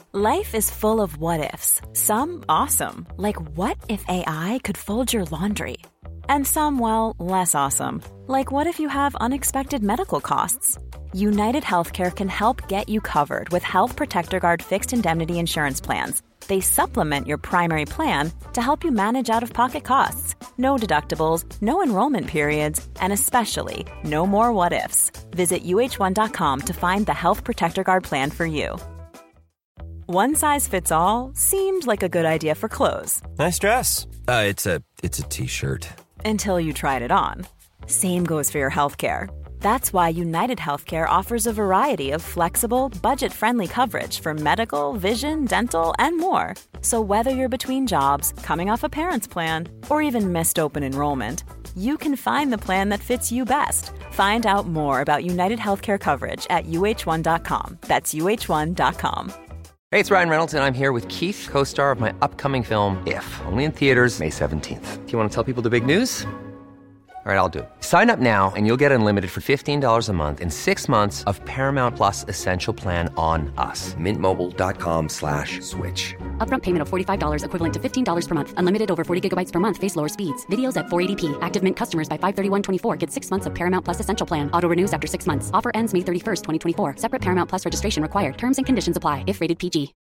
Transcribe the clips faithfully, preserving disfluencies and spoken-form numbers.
Life is full of what-ifs. Some awesome, like what if A I could fold your laundry? And some, well, less awesome, like what if you have unexpected medical costs? United Healthcare can help get you covered with Health Protector Guard fixed indemnity insurance plans. They supplement your primary plan to help you manage out-of-pocket costs. No deductibles, no enrollment periods, and especially no more what-ifs. Visit U H one dot com to find the Health Protector Guard plan for you. One size fits all seemed like a good idea for clothes. Nice dress. Uh, it's a it's a t-shirt. Until you tried it on. Same goes for your healthcare. That's why United Healthcare offers a variety of flexible, budget-friendly coverage for medical, vision, dental, and more. So whether you're between jobs, coming off a parent's plan, or even missed open enrollment, you can find the plan that fits you best. Find out more about United Healthcare coverage at U H one dot com. That's U H one dot com. Hey, it's Ryan Reynolds, and I'm here with Keith, co-star of my upcoming film, If, only in theaters May seventeenth. Do you want to tell people the big news? All right, I'll do it. Sign up now and you'll get unlimited for fifteen dollars a month and six months of Paramount Plus Essential Plan on us. Mint Mobile dot com slash switch. Upfront payment of forty-five dollars equivalent to fifteen dollars per month. Unlimited over forty gigabytes per month. Face lower speeds. Videos at four eighty p. Active Mint customers by five thirty-one twenty-four get six months of Paramount Plus Essential Plan. Auto renews after six months. Offer ends May thirty-first, twenty twenty-four. Separate Paramount Plus registration required. Terms and conditions apply if rated P G.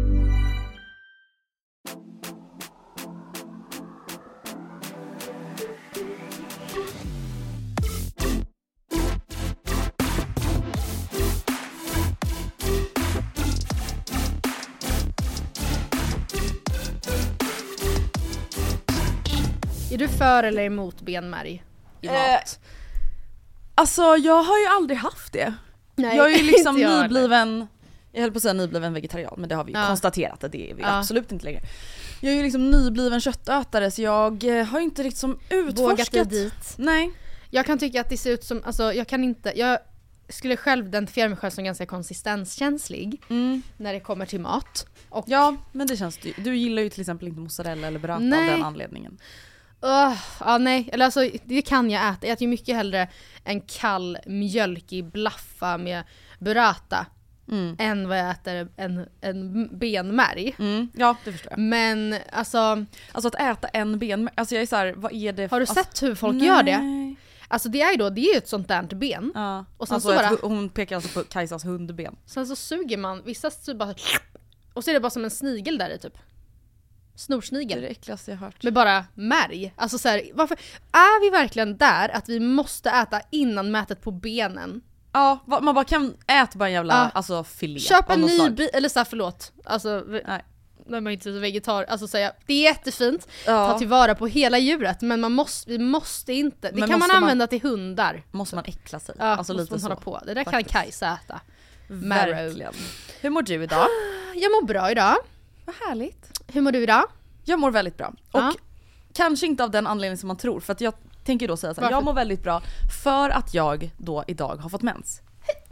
Är du för eller emot benmärg i mat? Eh, alltså jag har ju aldrig haft det. Nej, jag är ju liksom inte jag nybliven, jag höll på att säga nybliven vegetarian, men det har vi ju ja. konstaterat att det är vi ja. absolut inte längre. Jag är ju liksom nybliven köttätare, så jag har ju inte riktigt som utforskat. Vågat dit. Nej. Jag kan tycka att det ser ut som, alltså jag kan inte, jag skulle själv identifiera mig själv som ganska konsistenskänslig mm. när det kommer till mat. Och ja, men det känns du. Du gillar ju till exempel inte mozzarella eller burrata av den anledningen. Uh, ja, nej, eller alltså det kan jag äta. Jag äter ju mycket hellre en kall mjölkig blaffa med burrata mm. än vad jag äter en, en benmärg. Mm. Ja, det förstår jag. Men alltså alltså att äta en benmärg, alltså jag är så här, vad är det? Har du alltså, sett hur folk nej. gör det? Alltså det är ju då, det är ju ett sånt där ben. Ja. Och sen alltså så bara, ett, hon pekar alltså på Kajsas hundben. Sen så suger man, vissa så bara, och så är det bara som en snigel där i typ. Snorsnigel. Det är det äckligaste jag har hört. Med bara märg. Alltså så här, varför är vi verkligen där att vi måste äta innan mätet på benen? Ja, man bara kan äta bara en jävla ja. alltså filé. Köp en ny bil, eller så här, förlåt. Alltså nej. När man inte är så vegetar, alltså säga det är jättefint. Ja. Ta tillvara på hela djuret, men man måste vi måste inte. Det men kan man använda man, till hundar. Måste man äckla sig? Ja, alltså måste lite man så. hålla på. Det där faktiskt. kan Kajsa äta. Verkligen. Hur mår du idag? Jag mår bra idag. Vad härligt. Hur mår du idag? Jag mår väldigt bra. Och ja. kanske inte av den anledningen som man tror. För att jag tänker då säga så här, jag mår väldigt bra för att jag då idag har fått mens.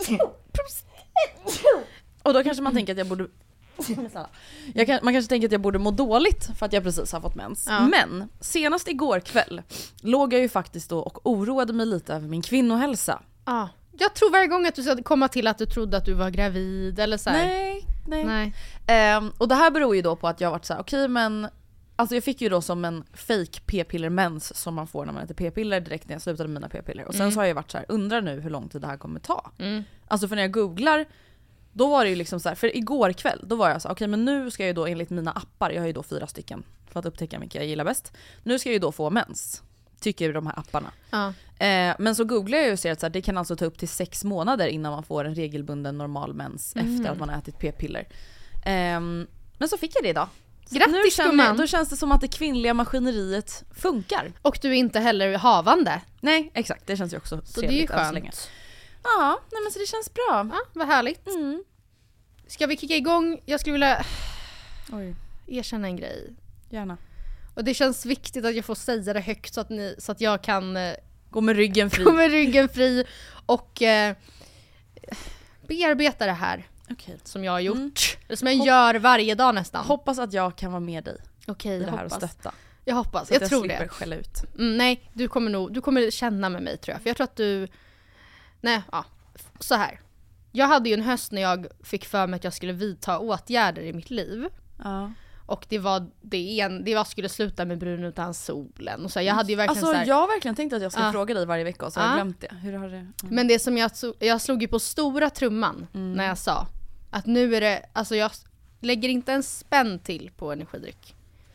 Och då kanske man tänker att jag borde jag kan, man kanske tänker att jag borde må dåligt för att jag precis har fått mens. Ja. Men senast igår kväll låg jag ju faktiskt då och oroade mig lite över min kvinnohälsa. Ja. Jag tror varje gång att du ska komma till att du trodde att du var gravid eller så här. Nej, nej. nej. Um, och det här beror ju då på att jag har varit så här, okej okay, men alltså jag fick ju då som en fake p-piller-mens som man får när man äter p-piller direkt när jag slutade med mina p-piller. Och sen mm. så har jag varit så här, undrar nu hur lång tid det här kommer ta. Mm. Alltså för när jag googlar, då var det ju liksom så här, för igår kväll, då var jag så här, okej okay, men nu ska jag ju då enligt mina appar, jag har ju då fyra stycken för att upptäcka vilka jag gillar bäst. Nu ska jag ju då få mens, tycker de här apparna. Ja. Eh, men så googlar jag ju och ser att så här, det kan alltså ta upp till sex månader innan man får en regelbunden normal mens mm. efter att man har ätit p-piller. Eh, men så fick jag det idag. Grattis, nu känner, gumman. då känns det som att det kvinnliga maskineriet funkar. Och du är inte heller havande. Nej, exakt. Det känns ju också så det är ju skönt. Ja, nej, men så det känns bra. Ja, vad härligt. Mm. Ska vi kicka igång? Jag skulle vilja Oj. erkänna en grej. Gärna. Och det känns viktigt att jag får säga det högt så att, ni, så att jag kan eh, gå med ryggen fri. Gå med ryggen fri och eh, bearbeta det här. Okay. Som jag har gjort. Mm. Eller som jag Hopp- gör varje dag nästan. Hoppas att jag kan vara med dig. Okej, i det jag här hoppas. Och stötta. Jag hoppas. Så jag, jag tror slipper det. skälla ut. Mm, nej, du kommer nog du kommer känna med mig tror jag. För jag tror att du nej, ja, så här. jag hade ju en höst när jag fick för mig att jag skulle vidta åtgärder i mitt liv. Ja. Och det var det en, det var skulle sluta med brun utan solen. Och så jag hade ju verkligen alltså så här, jag har verkligen tänkt att jag ska Ja. fråga dig varje vecka och så har Ja. jag glömt det. Hur har det? Mm. Men det som jag, jag slog ju på stora trumman Mm. när jag sa att nu är det, alltså jag lägger inte en spänn till på energidryck.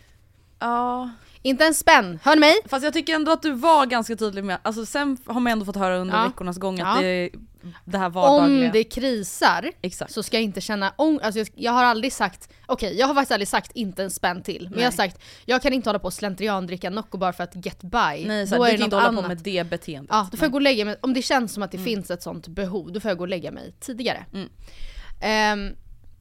Ja. Inte en spänn, hör ni mig? Fast jag tycker ändå att du var ganska tydlig med, alltså sen har man ändå fått höra under Ja. veckornas gång att Ja. det, det här vardagliga. Om det krisar Exakt. så ska jag inte känna ång- alltså jag, jag har aldrig sagt, okej okay, jag har faktiskt aldrig sagt inte en spänn till. Men Nej. jag har sagt, jag kan inte hålla på och slentrian dricka Nocco bara för att get by. Nej, så då här, är du det kan inte något hålla annat. på med det beteendet. Ja, då får jag Nej. gå och lägga mig, om det känns som att det Mm. finns ett sånt behov, då får jag gå och lägga mig tidigare. Mm. Ehm,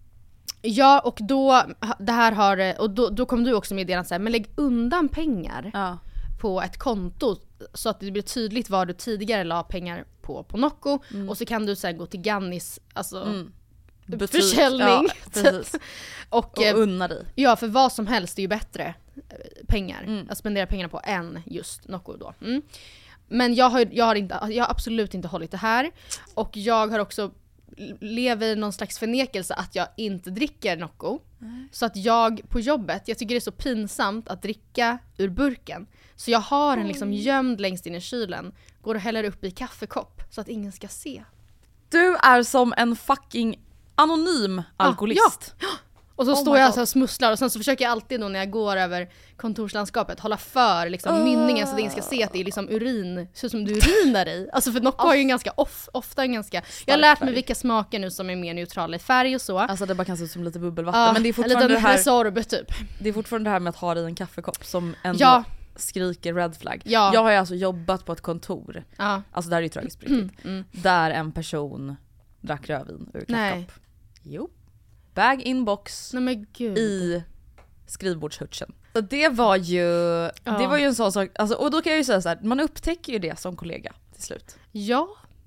ja, och då, det här har, och då, då kom du också med idén så här, men lägg undan pengar Ja. på ett konto så att det blir tydligt vad du tidigare la pengar på på Nocco Mm. och så kan du sen gå till Gannis, alltså Mm. Butik. försäljning. Ja, precis. och, Och eh, unna dig. ja, för vad som helst är ju bättre eh, pengar Mm. att spendera pengarna på än just Nocco då. Mm. Men jag har, jag, har inte, jag har absolut inte hållit det här och jag har också lever i någon slags förnekelse att jag inte dricker Nocco. Mm. Så att jag på jobbet, jag tycker det är så pinsamt att dricka ur burken. Så jag har den liksom gömd längst in i kylen, går och häller upp i kaffekopp så att ingen ska se. Du är som en fucking anonym alkoholist. Ja. Och så Oh står my jag God. så och smusslar och sen så försöker jag alltid då när jag går över kontorslandskapet hålla för liksom Oh. mynningen så att ingen ska se att det är liksom urin, så som du urin där i. Alltså för Nocco har ju en ganska off, ofta en ganska, jag har lärt mig färg. vilka smaker nu som är mer neutrala i färg och så. Alltså det bara kan se ut som lite bubbelvatten. Ja, men det är, en fortfarande det, liten här, Resorb typ. det är fortfarande det här med att ha det i en kaffekopp som ändå Ja. skriker red flag. Ja. Jag har ju alltså jobbat på ett kontor, Ja. alltså det här är ju tragiskt på riktigt, Mm. där en person drack rödvin ur Nej. kaffekopp. Jo. Bag inbox Nej men gud. i skrivbordshutchen. Så det var ju, det var ju en sån sak, alltså, och då kan jag ju säga så här, man upptäcker ju det som kollega till slut. Ja.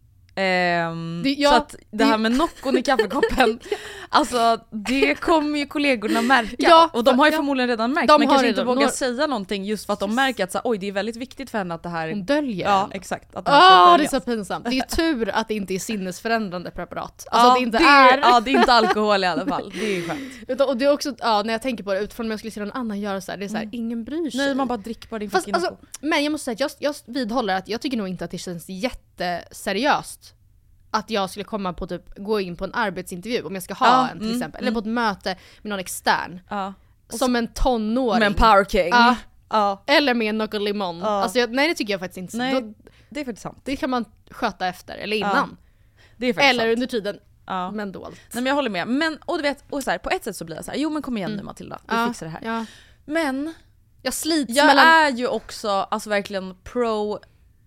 Ehm, Det- ja, så att det, det- här med Noccon i kaffekoppen, alltså det kommer ju kollegorna märka. Ja, och de har ju ja. förmodligen redan märkt, De men har kanske redan- inte vågar några- säga någonting just för att de märker att så här, oj det är väldigt viktigt för henne att det här... Hon döljer Ja den. exakt. Att det här ska Åh, det är döljas. så pinsamt. Det är ju tur att det inte är sinnesförändrande preparat. Alltså Ja, att det inte det är... Ja det är inte alkohol i alla fall, det är skönt. Utan, och det är också, ja, när jag tänker på det utifrån om jag skulle se någon annan göra så här, det är så här, ingen bryr sig. Nej man bara dricker bara din Fast, fucking alltså, Nocco. men jag måste säga att jag, jag vidhåller att jag tycker nog inte att det känns jätteseriöst att jag skulle komma på typ, gå in på en arbetsintervju om jag ska ha Ja, en till mm, exempel. Eller på ett möte med någon extern. Ja. Som en tonåring. Med en power king. Ja. Ja. Eller med en Nocco Limon. Ja. Alltså, jag, nej det tycker jag faktiskt inte. Nej, Då, det är faktiskt sant. det kan man sköta efter, eller innan. Det är faktiskt Eller sant. under tiden, Ja. men dolt. Nej men jag håller med. Men, och du vet, och så här, på ett sätt så blir jag så här, jo men kom igen nu Matilda, vi Ja, fixar det här. ja. Men Jag slits jag mellan... är ju också alltså verkligen pro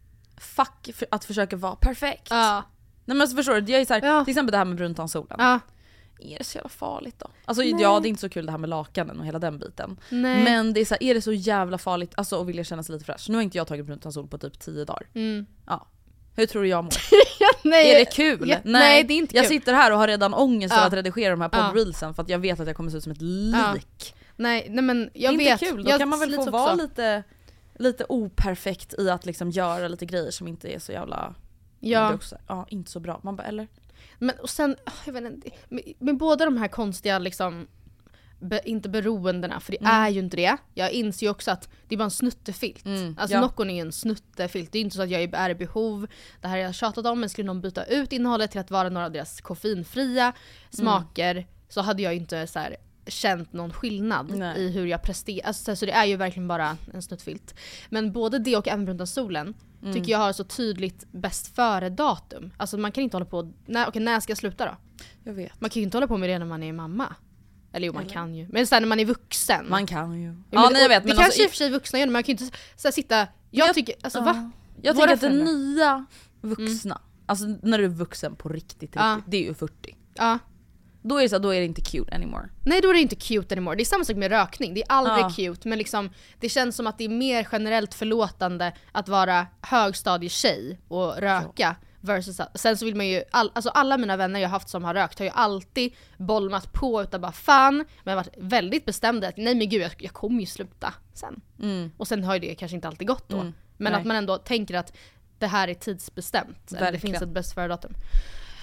fuck för att försöka vara perfekt. Ja. Nej men alltså förstår du, jag är så här, Ja. till exempel det här med bruntansolen. Ja. Är det så jävla farligt då? Alltså ja det är inte så kul det här med lakanen och hela den biten. Nej. Men det är så här, är det så jävla farligt alltså, och vill jag känna sig lite fräsch? Nu har inte jag tagit bruntansol på typ tio dagar. Mm. Ja. Hur tror du jag mår? nej. Är det kul? Ja, nej, det är inte Jag kul. sitter här och har redan ångest Ja. för att redigera de här Ja. poddreelsen för att jag vet att jag kommer se ut som ett Ja. lik. Nej, nej men jag Inte vet. kul, då jag kan man väl få slits vara också. lite, lite operfekt i att liksom göra lite grejer som inte är så jävla... Ja. Men det är också, ja, inte så bra. Man bara, eller? Men och sen, åh, jag vet inte, med, med båda de här konstiga liksom, be, inte beroendena, för det Mm. är ju inte det. Jag inser ju också att det är bara en snuttefilt. Mm, Alltså ja. Noccon är ju en snuttefilt. Det är inte så att jag är i behov. Det här har jag tjatat om, men skulle någon byta ut innehållet till att vara några av deras koffeinfria smaker Mm. så hade jag inte så här känt någon skillnad Nej. i hur jag presterar. Alltså, så det är ju verkligen bara en snuttfilt. Men både det och även bruntansolen Mm. tycker jag har så tydligt bäst före datum. Alltså man kan inte hålla på, när, okej, när ska jag sluta då? Jag vet. Man kan ju inte hålla på med det när man är mamma. Eller jo, man kan ju. Men sen när man är vuxen. Man kan ju. Ja, Ja, men, nej jag vet. det Men kanske alltså, i och för sig vuxna gör, men man kan ju inte så här, sitta... Jag, jag- tycker, alltså ja. va? jag Våra tänker att det föräldrar. nya vuxna, alltså när du är vuxen på riktigt, riktigt Ja. det är ju fyrtio. Ja. Då är det så här, då är det inte cute anymore. Nej, då är det inte cute anymore. Det är samma sak med rökning. Det är aldrig Ja. cute, men liksom, det känns som att det är mer generellt förlåtande att vara högstadietjej och röka. Versus, sen så vill man ju, all, alltså alla mina vänner jag har haft som har rökt har ju alltid bolmat på utan bara fan, men jag har varit väldigt bestämd att nej men gud jag, jag kommer ju sluta sen. Mm. Och sen har ju det kanske inte alltid gått då. Mm. Men Nej. att man ändå tänker att det här är tidsbestämt. Eller det Verkligen. finns ett bäst före datum.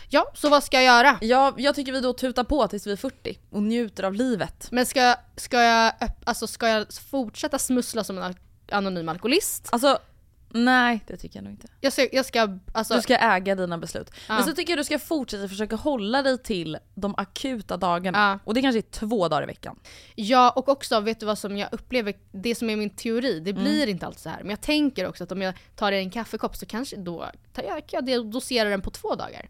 Ja, så vad ska jag göra? Ja, jag tycker vi då tutar på tills vi är fyrtio och njuter av livet. Men ska, ska, jag, alltså, ska jag fortsätta smussla som en anonym alkoholist? Alltså, nej, det tycker jag nog inte. Jag ska, jag ska, alltså, Du ska äga dina beslut. Ja. Men så tycker jag du ska fortsätta försöka hålla dig till de akuta dagarna. Ja. Och det kanske är två dagar i veckan. Ja, och också, vet du vad som jag upplever, det som är min teori, det blir Mm. inte alltid så här. Men jag tänker också att om jag tar i en kaffekopp så kanske då tar jag, kan jag dosera den på två dagar.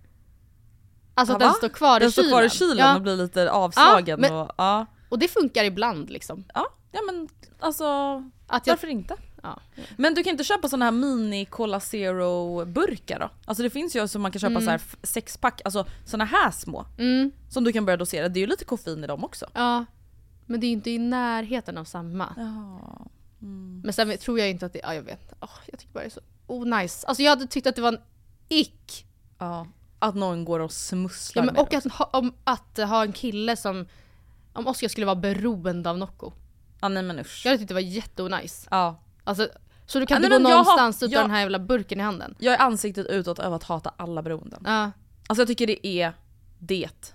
Alltså Ja, att den va? står kvar Den i står kylen. kvar i kylen Ja. och blir lite avslagen. Ja, men- och, ja. Och det funkar ibland liksom. Ja, ja, men alltså, Att jag, varför inte? ja. Men du kan inte köpa såna här mini Cola Zero burkar då? Alltså det finns ju som man kan köpa så här f- sexpack, alltså såna här små. Mm, Som du kan börja dosera. Det är ju lite koffein i dem också. ja. Men det är ju inte i närheten av samma. Ja. Men sen tror jag inte att det, ja jag vet. Oh, jag tycker bara det är så oh, nice. Alltså jag hade tyckt att det var en ick. Ja. Att någon går och smusslar Ja, men, med och det att, ha, om, att ha en kille som, om Oscar skulle vara beroende av Nocco. Ja, nej men usch. Jag hade tyckt det var jätteonice. Ja. Alltså, så du kan Ja, inte nej, gå men jag har- någonstans utan jag- den här jävla burken i handen. Jag är ansiktet utåt över att hata alla beroenden. Ja. Alltså jag tycker det är det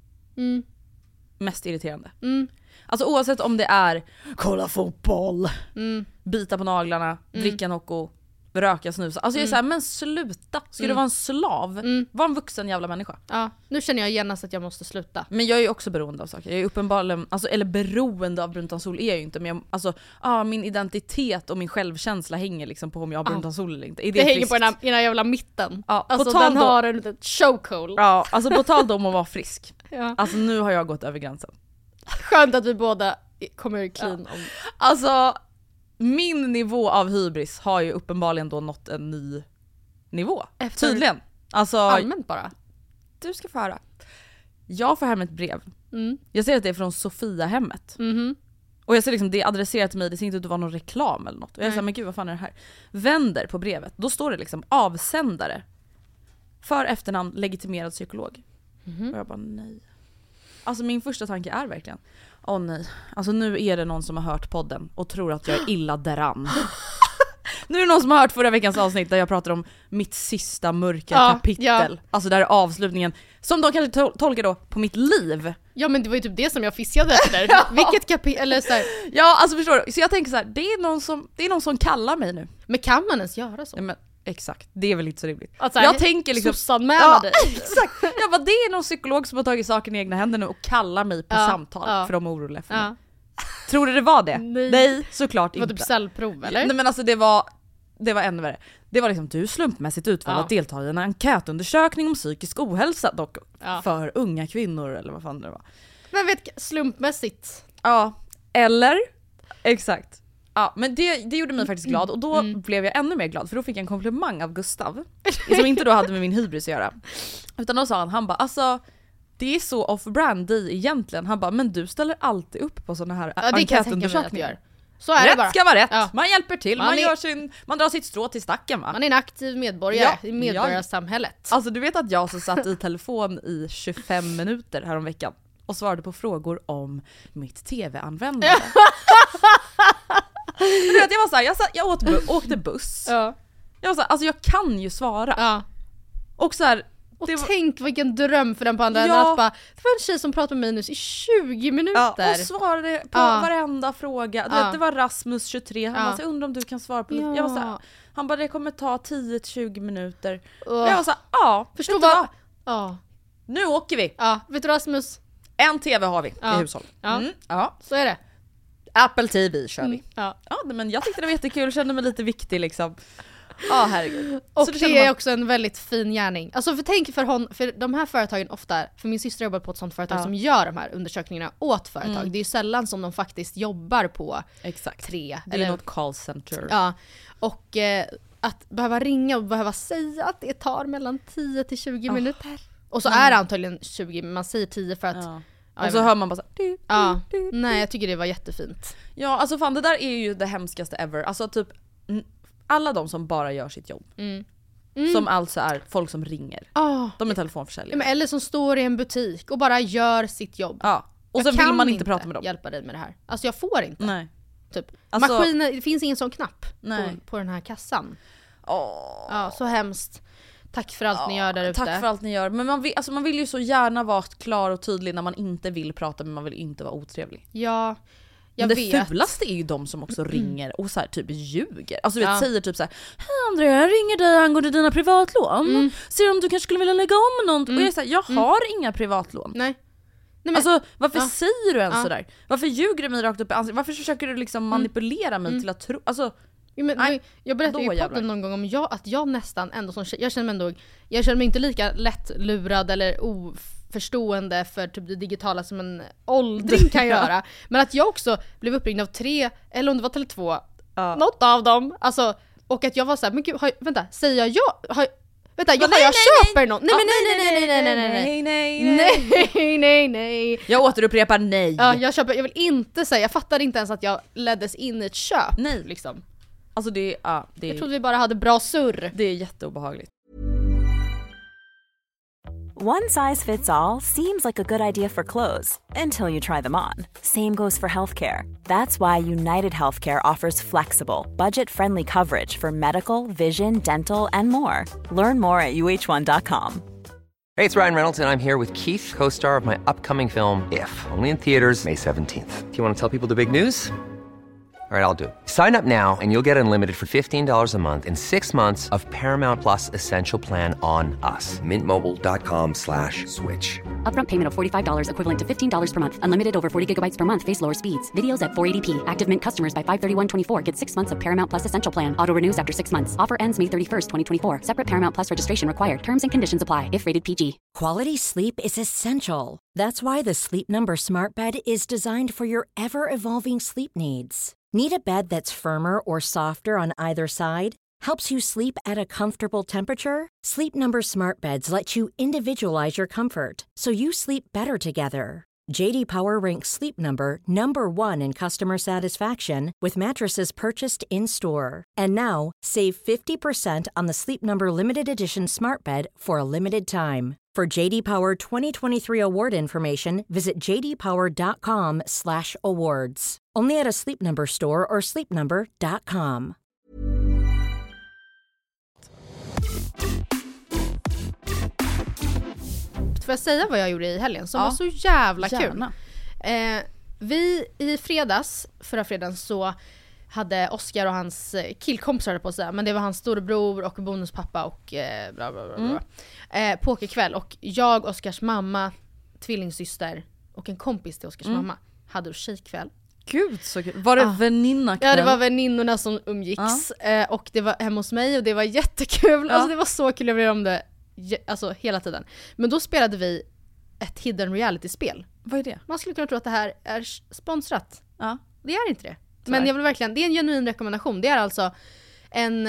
Mm. mest irriterande. Mm. Alltså oavsett om det är kolla fotboll, Mm. bita på naglarna, dricka Nocco, röka, snusa. Alltså jag är såhär, men sluta. Ska du vara en slav? Mm. Var en vuxen jävla människa. Ja. Nu känner jag genast att jag måste sluta. Men jag är ju också beroende av saker. Jag är uppenbarligen, alltså, eller beroende av bruntonsol är jag ju inte. Men jag, alltså, ah, min identitet och min självkänsla hänger liksom på om jag har bruntonsol eller inte. Är det, Det hänger friskt? på den här, i den här jävla mitten. Ja, på Alltså tal den då- har en liten chokehold. Ja, alltså på tal om att vara frisk. Ja. Alltså nu har jag gått över gränsen. Skönt att vi båda kommer clean om... Alltså min nivå av hybris har ju uppenbarligen då nått en ny nivå. Efter- Tydligen. Alltså Allmänt bara. du ska få höra. Jag får hem ett brev. Mm. Jag ser att det är från Sofia-hemmet. Mhm. Och jag ser liksom det är adresserat till mig, det ser inte ut att vara någon reklam eller något. Och jag är Nej. såhär, men gud vad fan är det här? Vänder på brevet, då står det liksom avsändare. För efternamn legitimerad psykolog. Och jag bara nej. Alltså min första tanke är verkligen, åh nej. Alltså nu är det någon som har hört podden och tror att jag är illa däran. Nu är det någon som har hört förra veckans avsnitt där jag pratar om mitt sista mörka Ja, kapitel. ja. Alltså där är avslutningen, som de kanske tol- tolkar då på mitt liv. Ja men det var ju typ det som jag fiskade efter. Vilket kapitel, eller så här, Ja alltså förstår du, så jag tänker så här, det är någon som, det är någon som kallar mig nu. men kan man ens göra så? Ja, men exakt, det är väl inte så rimligt. Att så här, Jag tänker liksom, sossanmäla ja, dig. exakt. Jag bara, det är någon psykolog som har tagit saken i egna händer nu och kallar mig på Ja, samtal ja. för de är oroliga för mig. Ja. Tror du det var det? Nej. såklart Det var inte. typ cellprov eller? Nej men alltså det var, det var ännu värre. Det var liksom, du slumpmässigt utvald Ja. att delta i en enkätundersökning om psykisk ohälsa, dock Ja. för unga kvinnor eller vad fan det var. Men vet, slumpmässigt. Ja, eller? Exakt. Ja, men det, det gjorde mig faktiskt glad och då Mm. blev jag ännu mer glad för då fick jag en komplimang av Gustav som inte då hade med min hybris att göra. Utan då sa han, han bara alltså det är så off-brand dig egentligen. Han bara, men du ställer alltid upp på såna här Ja, det kan jag tänka mig att du enkätundersökningar. gör. Så är det Rätt bara. ska vara rätt, Ja. man hjälper till, man, Man är- gör sin, man drar sitt strå till stacken va? Man är en aktiv medborgare Ja, i medborgarsamhället. Alltså du vet att jag så satt i telefon i tjugofem minuter häromveckan och svarade på frågor om mitt tv-användande. Du vet, jag var såhär, jag, satt, jag åt bu- åkte buss. Ja. Jag var såhär, alltså jag kan ju svara. Ja. Och så här, Och det var, tänk vilken dröm för den på andra Ja. änden att bara, det var en tjej som pratade med mig nu i tjugo ja, minuter. och svarade på Ja. varenda fråga. Du Ja. vet, det var Rasmus tjugotre, han Ja. bara, så jag undrar om du kan svara på lite. Ja. Jag var såhär, han bara, det kommer ta tio till tjugo minuter. Ugh. Jag var såhär, ja, Förstå vet du vad... vad? Ja. Nu åker vi. Ja, vet du Rasmus? En tv har vi Ja. i hushåll. Ja. Mm, ja. Så är det. Apple T V kör vi. Ja. Ja, men jag tyckte det var jättekul, kände mig lite viktig liksom. Ja, herregud. Och Så det känner är man- också en väldigt fin gärning. Alltså för tänk för, hon, för de här företagen ofta, för min syster jobbar på ett sånt företag Ja. som gör de här undersökningarna åt företag. Mm. Det är ju sällan som de faktiskt jobbar på Exakt. tre. Det är något call center. Ja, och eh, att behöva ringa och behöva säga att det tar mellan tio till tjugo Oh. minuter. Och så är det antagligen tjugo, men man säger tio för att... Ja. Ja, Och jag så vet. hör man bara så här, du, Ja, du, du, du. nej jag tycker det var jättefint. Ja, alltså fan det där är ju det hemskaste ever. Alltså typ mm, alla de som bara gör sitt jobb. Mm. Som alltså är folk som ringer. Oh. De är Ja, telefonförsäljare. men eller som står i en butik och bara gör sitt jobb. Ja. Och Jag så vill kan man inte prata med dem. hjälpa dig med det här. Alltså jag får inte. Nej. Typ. Alltså- Maskinen, det finns ingen sån knapp Nej. på, på den här kassan. Åh. Ja, så hemskt. Tack för allt ja, ni gör där ute. Tack för allt ni gör. Men man vill, alltså man vill ju så gärna vara klar och tydlig när man inte vill prata, men man vill inte vara otrevlig. Ja, jag men det vet. fulaste är ju de som också ringer och så här typ ljuger. Alltså du ja. vet, säger typ så här: hej Andrea, jag ringer dig angående dina privatlån. Mm. Ser om du kanske skulle vilja lägga om något. Mm. Och jag är så här, jag har mm. inga privatlån. Nej. Nej, men, alltså varför ja. säger du ens ja. sådär? Varför ljuger du mig rakt upp i ansiktet? Varför försöker du liksom manipulera mig mm. till att tro... Alltså, ja, men, nej, jag berättade ju i podden någon gång om jag, att jag nästan ändå som jag känner mig ändå, jag känner mig inte lika lätt lurad eller oförstående för typ det digitala som en åldring kan göra. Men att jag också blev uppringd av tre, eller om det var Tele två, ja. något av dem. Alltså, och att jag var så här, men gud, har, vänta, säger jag ja? Har, Vänta, jag, nej, jag nej, köper nej. något. Nej, men nej, nej, nej, nej, nej, nej, nej, nej, nej, nej. Jag återupprepar nej. Ja, jag köper, jag vill inte säga, jag fattar inte ens att jag leddes in i ett köp. Nej, liksom. Alltså det, ja, det jag trodde vi bara hade bra surr. Det är jätteobehagligt. One size fits all seems like a good idea for clothes until you try them on. Same goes for healthcare. That's why United Healthcare offers flexible, budget-friendly coverage for medical, vision, dental, and more. Learn more at U H one dot com. Hey, it's Ryan Reynolds, and I'm here with Keith, co-star of my upcoming film, If, only in theaters May seventeenth. Do you want to tell people the big news? All right, I'll do it. Sign up now and you'll get unlimited for fifteen dollars a month and six months of Paramount Plus Essential Plan on us. Mint Mobile dot com slash switch. Upfront payment of forty-five dollars equivalent to fifteen dollars per month. Unlimited over forty gigabytes per month. Face lower speeds. Videos at four eighty p. Active Mint customers by five thirty-one twenty-four get six months of Paramount Plus Essential Plan. Auto renews after six months. Offer ends May thirty-first, twenty twenty-four. Separate Paramount Plus registration required. Terms and conditions apply if rated P G. Quality sleep is essential. That's why the Sleep Number Smart Bed is designed for your ever-evolving sleep needs. Need a bed that's firmer or softer on either side? Helps you sleep at a comfortable temperature? Sleep Number Smart Beds let you individualize your comfort, so you sleep better together. J D Power ranks Sleep Number number one in customer satisfaction with mattresses purchased in-store. And now, save fifty percent on the Sleep Number Limited Edition Smart Bed for a limited time. For J D Power twenty twenty-three award information, visit j d power dot com slash awards. Only at a Sleep Number store or sleep number dot com. Får jag säga vad jag gjorde i helgen som ja. var så jävla Gärna. kul? Eh, vi i fredags, förra fredagen, så hade Oscar och hans killkompisar på sig, men det var hans storebror och bonuspappa och eh, bla bla bla, bla. Mm. Eh, pokerkväll, och jag, Oscars mamma, tvillingsyster och en kompis till Oscars mm. mamma hade tjejkväll. Gud så kul. Var det ah. väninna kväll? Ja, det var väninnorna som umgicks ah. eh, och det var hemma hos mig och det var jättekul. Ah. Alltså det var så kul, jag blev om det alltså hela tiden. Men då spelade vi ett hidden reality-spel. Vad är det? Man skulle kunna tro att det här är sponsrat. Ja. Det är inte det. Men jag vill verkligen, det är en genuin rekommendation. Det är alltså en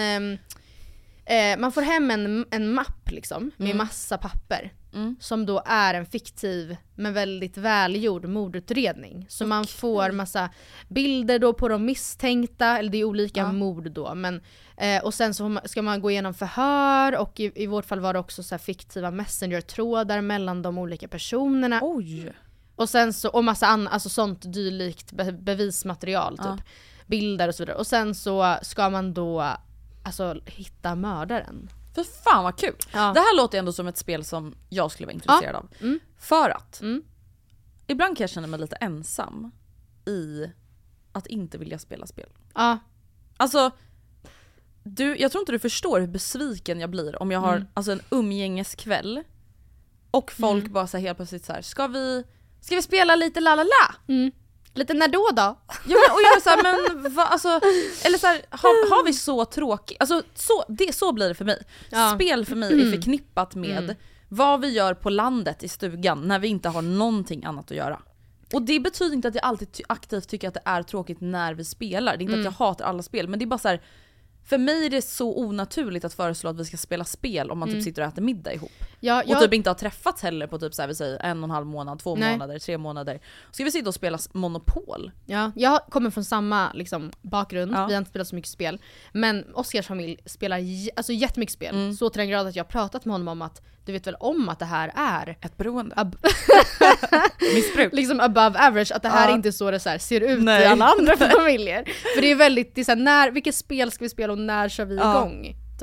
eh, man får hem en, en mapp liksom med mm. massa papper mm. som då är en fiktiv men väldigt välgjord mordutredning. Så okay. man får massa bilder då på de misstänkta, eller det är olika ja. mord då, men eh, och sen så ska man gå igenom förhör, och i, i vårt fall var det också så här fiktiva messenger-trådar mellan de olika personerna. Oj. Och sen så, och massa an, alltså sånt dylikt be, bevismaterial typ. Ja. Bilder och så vidare. Och sen så ska man då alltså hitta mördaren. För fan vad kul. Ja. Det här låter ändå som ett spel som jag skulle vara intresserad ja. av. Mm. För att mm. ibland kan jag känna mig lite ensam i att inte vilja spela spel. Ja. Alltså du, jag tror inte du förstår hur besviken jag blir om jag har mm. alltså en umgängeskväll och folk mm. bara så här helt plötsligt så här, ska vi Ska vi spela lite la la la? Mm. Lite när då då? Ja, men, och jag är så här, men va, alltså, eller så här, har, har vi så tråkigt? Alltså så, det, så blir det för mig. Ja. Spel för mig är förknippat med mm. vad vi gör på landet i stugan när vi inte har någonting annat att göra. Och det betyder inte att jag alltid ty- aktivt tycker att det är tråkigt när vi spelar. Det är inte mm. att jag hatar alla spel, men det är bara så här, för mig är det så onaturligt att föreslå att vi ska spela spel om man typ mm. sitter och äter middag ihop. Ja, jag... Och typ inte har träffats heller på typ så här, vi säger en och en halv månad, två Nej. månader, tre månader. Ska vi sitta och spela Monopol? Ja, jag kommer från samma liksom, bakgrund. Ja. Vi har inte spelat så mycket spel. Men Oscars familj spelar j- alltså, jättemycket spel. Mm. Så till den grad att jag har pratat med honom om att du vet väl om att det här är ett beroende. Ab- Missbruk. Liksom above average. Att det här ja. är inte så det så här, ser ut Nej. i alla andra familjer. För det är väldigt, det är så här, när, vilket spel ska vi spela och när kör vi ja. igång? Typ.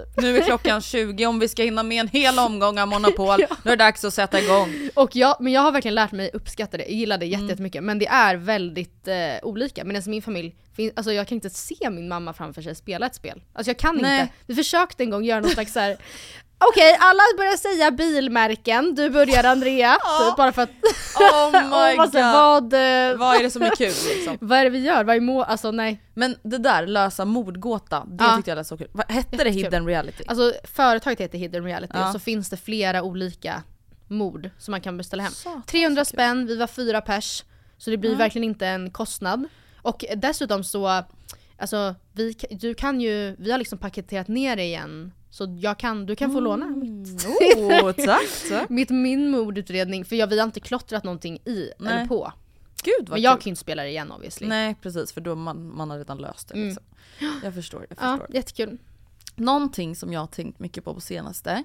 typ. Nu är klockan tjugo, om vi ska hinna med en hel omgång av Monopol, ja. Då är det dags att sätta igång. Och jag, men jag har verkligen lärt mig uppskatta det, jag gillar det jätte, mm. jättemycket, men det är väldigt eh, olika. Men min familj, fin- alltså jag kan inte se min mamma framför sig spela ett spel. Alltså jag kan Nej. inte, vi försökte en gång göra något slags så här. Okej, okay, alla börjar säga bilmärken. Du börjar Andrea. Oh. Bara för att... Oh my god. Vad, vad är det som är kul liksom? Vad är det vi gör? Vad är må... Alltså nej. Men det där, lösa mordgåta, det ja. tyckte jag var så kul. Vad hette det? Hidden Reality? Alltså företaget heter Hidden Reality. Ja. Och så finns det flera olika mord som man kan beställa hem. Så, trehundra så spänn, vi var fyra pers. Så det blir ja. verkligen inte en kostnad. Och dessutom så... Alltså, vi, du kan ju... Vi har liksom paketerat ner det igen. Så jag kan, du kan få mm. låna mitt, oh, tack, tack. mitt min mordutredning. För jag, vi har inte klottrat någonting i Nej. eller på. Gud vad Men jag kul. kan ju inte spela det igen obviously. Nej precis, för då man, man har redan löst det liksom. mm. Jag förstår, jag ja, förstår. Jättekul. Någonting som jag har tänkt mycket på på senaste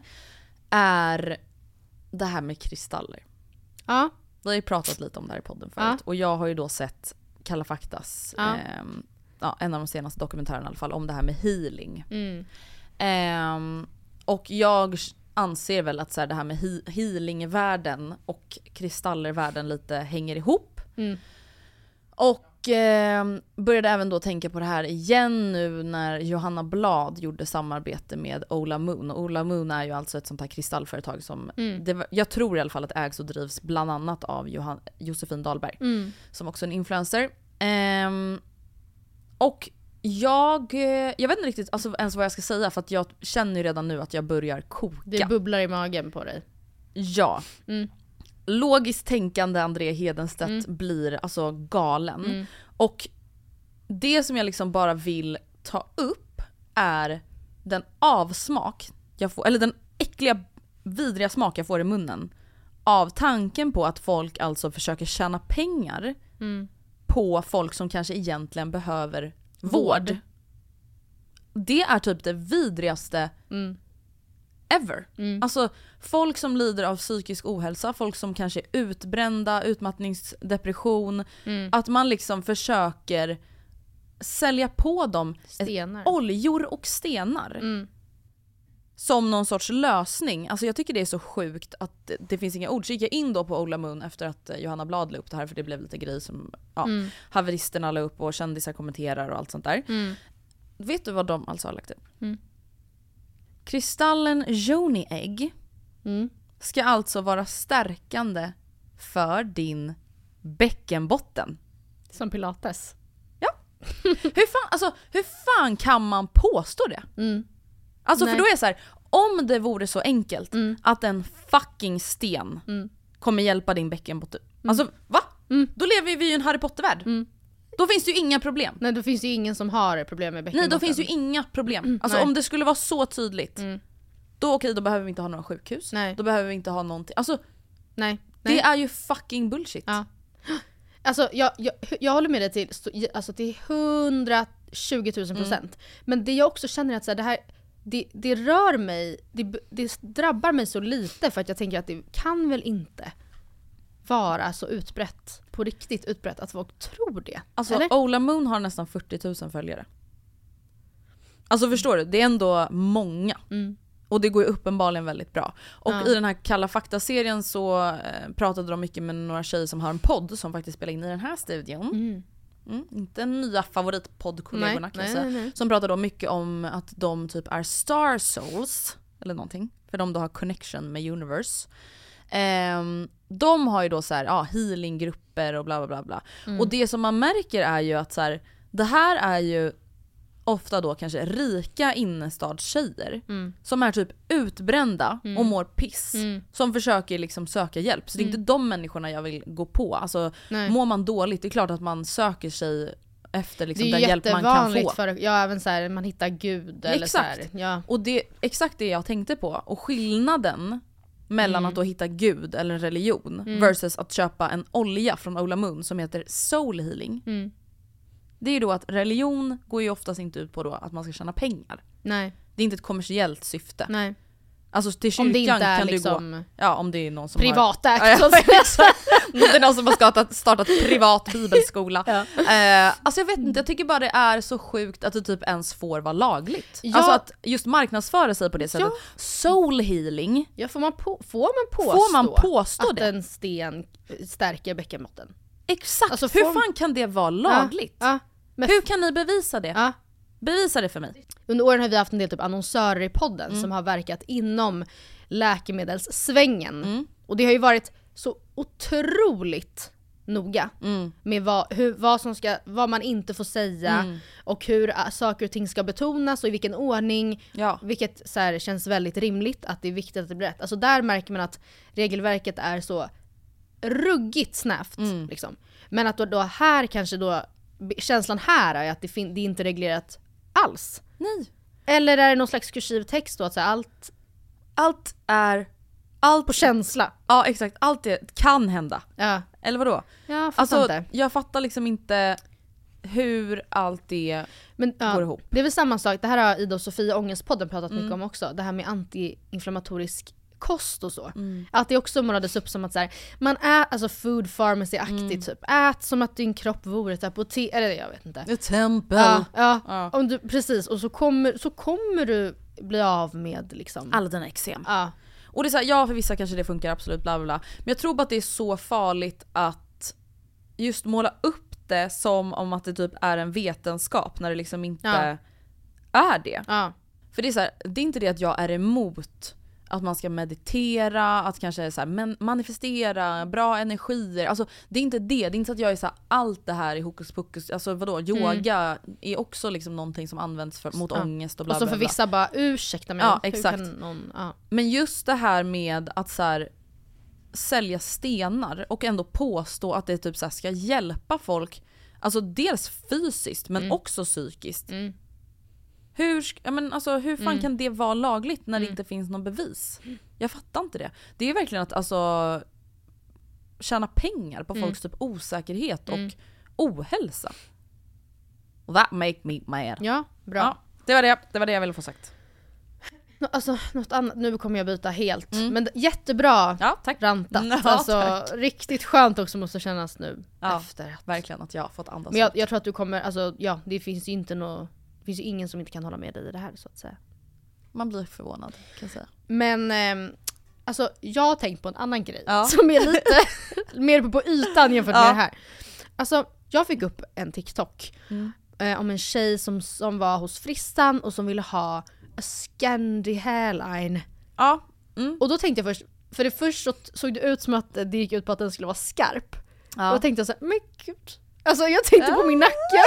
är det här med kristaller. Ja. Vi har ju pratat lite om det här i podden förut. Ja. Och jag har ju då sett Kalla faktas ja. Eh, ja, en av de senaste dokumentärerna i alla fall om det här med healing. Mm. Um, och jag anser väl att så här, det här med he- healingvärlden och kristallervärlden lite hänger ihop. Mm. Och eh, började även då tänka på det här igen nu när Johanna Blad gjorde samarbete med Ola Moon. Och Ola Moon är ju alltså ett sånt här kristallföretag som mm. det, jag tror i alla fall att ägs och drivs bland annat av Johan, Josefin Dahlberg mm. som också är en influencer. Um, och Jag, jag vet inte riktigt alltså, ens vad jag ska säga för att jag känner ju redan nu att jag börjar koka. Det bubblar i magen på dig. Ja. Mm. Logiskt tänkande André Hedenstedt mm. blir alltså galen. Mm. Och det som jag liksom bara vill ta upp är den avsmak jag får, eller den äckliga, vidriga smak jag får i munnen av tanken på att folk alltså försöker tjäna pengar mm. på folk som kanske egentligen behöver vård. vård. Det är typ det vidrigaste mm. ever. Mm. Alltså folk som lider av psykisk ohälsa, folk som kanske är utbrända, utmattningsdepression, mm. att man liksom försöker sälja på dem stenar. Ett, oljor och stenar. Mm. Som någon sorts lösning. Alltså jag tycker det är så sjukt att det, det finns inga ord. Så gick jag in då på Ola Moon efter att Johanna Blad la upp det här, för det blev lite grej som ja, mm. haveristerna la upp och kändisar kommenterar och allt sånt där. Mm. Vet du vad de alltså har lagt upp? Mm. Kristallen Joni Egg mm. ska alltså vara stärkande för din bäckenbotten. Som pilates. Ja. hur, fan, alltså, hur fan kan man påstå det? Mm. Alltså Nej. för då är det så här, om det vore så enkelt mm. att en fucking sten mm. kommer hjälpa din bäckenbotten. Mm. Alltså va? Mm. Då lever vi ju i en Harry Potter-värld. Mm. Då finns det ju inga problem. Nej, då finns det ju ingen som har problem med bäckenbotten. Nej, då finns det ju inga problem. Mm. Alltså Nej. om det skulle vara så tydligt. Mm. Då okej, då behöver vi inte ha några sjukhus. Nej. Då behöver vi inte ha någonting. Alltså Nej. Nej. det är ju fucking bullshit. Ja. Alltså jag, jag, jag håller med dig till, alltså till hundratjugo tusen procent. Mm. Men det jag också känner är att så här, det här det, det rör mig, det, det drabbar mig så lite, för att jag tänker att det kan väl inte vara så utbrett, på riktigt utbrett, att folk tror det. Alltså eller? Ola Moon har nästan fyrtio tusen följare. Alltså förstår du, det är ändå många. Mm. Och det går ju uppenbarligen väldigt bra. Och ja. i den här Kalla fakta-serien så eh, pratade de mycket med några tjejer som har en podd som faktiskt spelar in i den här studion. Mm. Mm, inte nya favoritpoddkollegorna kan jag säga. Nej, nej, nej. Som pratade då mycket om att de typ är star souls eller någonting. För de då har connection med universe. Um, de har ju då så här, ja, healinggrupper och bla bla bla bla. Mm. Och det som man märker är ju att så här, det här är ju ofta då kanske rika innerstadstjejer mm. som är typ utbrända mm. och mår piss. Mm. Som försöker liksom söka hjälp. Så det är mm. inte de människorna jag vill gå på. Alltså Nej. Mår man dåligt, det är klart att man söker sig efter liksom den hjälp man kan få. För, ja, även så här, man hittar Gud eller exakt. Så här, ja. Och det exakt det jag tänkte på. Och skillnaden mellan mm. att då hitta Gud eller en religion mm. versus att köpa en olja från Ola Moon som heter soul healing. Mm. Det är ju då att religion går ju oftast inte ut på då att man ska tjäna pengar. Nej. Det är inte ett kommersiellt syfte. Nej. Alltså till kyrkan om det inte är kan liksom du gå. Ja, om det är någon som privatägt. har... Ja, Det är någon som har startat, startat privat bibelskola. Ja. Eh, alltså jag vet inte, jag tycker bara det är så sjukt att det typ ens får vara lagligt. Ja. Alltså att just marknadsföra sig på det sättet. Ja. Soul healing. Ja, får man, på, får man påstå, får man påstå att det? En sten stärker bäckenbotten? Exakt, alltså, hur fan kan det vara lagligt? Ja. Ja. Men hur kan ni bevisa det? Ja. Bevisa det för mig. Under åren har vi haft en del typ annonsörer i podden mm. som har verkat inom läkemedelssvängen. Mm. Och det har ju varit så otroligt noga mm. med vad, hur, vad, som ska, vad man inte får säga mm. och hur uh, saker och ting ska betonas och i vilken ordning. Ja. Vilket så här, känns väldigt rimligt att det är viktigt att det blir rätt. Alltså där märker man att regelverket är så ruggigt snävt. Mm. Liksom. Men att då, då här kanske då känslan här är att det, fin- det är inte reglerat alls. Nej. Eller är det någon slags kursiv text då att så här, allt allt är allt på känsla. Ja, exakt. Allt det kan hända. Ja. Eller vadå? Jag fattar alltså, inte. Jag fattar liksom inte hur allt det Men, ja, går ihop. Det är väl samma sak. Det här har Ida och Sofia Ångestpodden pratat mm. mycket om också. Det här med antiinflammatorisk kost och så. Mm. Att det också målades upp som att så här, man är alltså food pharmacy-aktigt mm. typ. Ät som att din kropp vore ett apotek. Eller jag vet inte. Ett tempel. Ja, ja. ja. Om du, precis. Och så kommer, så kommer du bli av med liksom alla dina eksem. Ja. Och det är så här, ja för vissa kanske det funkar absolut bla bla. Men jag tror bara att det är så farligt att just måla upp det som om att det typ är en vetenskap när det liksom inte ja. är det. Ja. För det är så här, det är inte det att jag är emot att man ska meditera, att kanske så här, men manifestera bra energier. Alltså det är inte det. Det är inte så att jag är så här, allt det här i hokus pokus. Alltså vadå? Yoga mm. är också liksom någonting som används för, mot ja. ångest och bla bla bla. Och så för vissa bara ursäkta mig. Ja, exakt. Någon, ja. Men just det här med att så här, sälja stenar och ändå påstå att det typ så här, ska hjälpa folk. Alltså dels fysiskt men mm. också psykiskt. Mm. Hur, ja, men alltså, hur fan mm. kan det vara lagligt när mm. det inte finns någon bevis? Jag fattar inte det. Det är verkligen att alltså, tjäna pengar på mm. folks typ osäkerhet mm. och ohälsa. That make me mad. Ja, bra. Ja, det, var det, det var det jag ville få sagt. Alltså något annat, nu kommer jag byta helt. Mm. Men jättebra ja, tack. rantat. Ja, alltså, tack. Riktigt skönt också måste kännas nu ja, efter. Att... Verkligen att jag har fått andas. Men jag, jag tror att du kommer, alltså ja, det finns ju inte något. Det finns ju ingen som inte kan hålla med dig i det här så att säga. Man blir förvånad kan jag säga. Men eh, alltså jag har tänkt på en annan grej ja. som är lite mer på, på ytan jämfört ja. med det här. Alltså jag fick upp en TikTok mm. eh, om en tjej som, som var hos frissan och som ville ha a Scandi hairline. Ja. Mm. Och då tänkte jag först, för det först så såg det ut som att det gick ut på att den skulle vara skarp. Ja. Och då tänkte jag så här, men gud. Alltså jag tänkte på min nacke.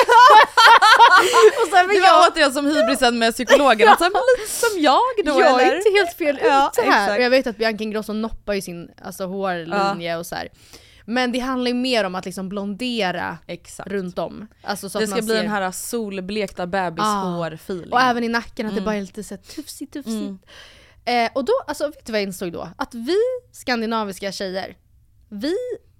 Och sen, men det var jag... återigen som hybrisen med psykologen. ja. Att så här, lite som jag då jag eller? är inte helt fel ja, ute här. Exakt. Och jag vet att Bianca Ingrosso noppar ju sin alltså, hårlinje ja. och så här. Men det handlar ju mer om att liksom blondera exakt. runt om. Alltså, så det att ska man bli ser... den här solblekta bebishår-feelingen. Och även i nacken att mm. det bara är lite så här tufsigt, tufsigt. Mm. Eh, och då, alltså vet du vad jag insåg då? Att vi skandinaviska tjejer, vi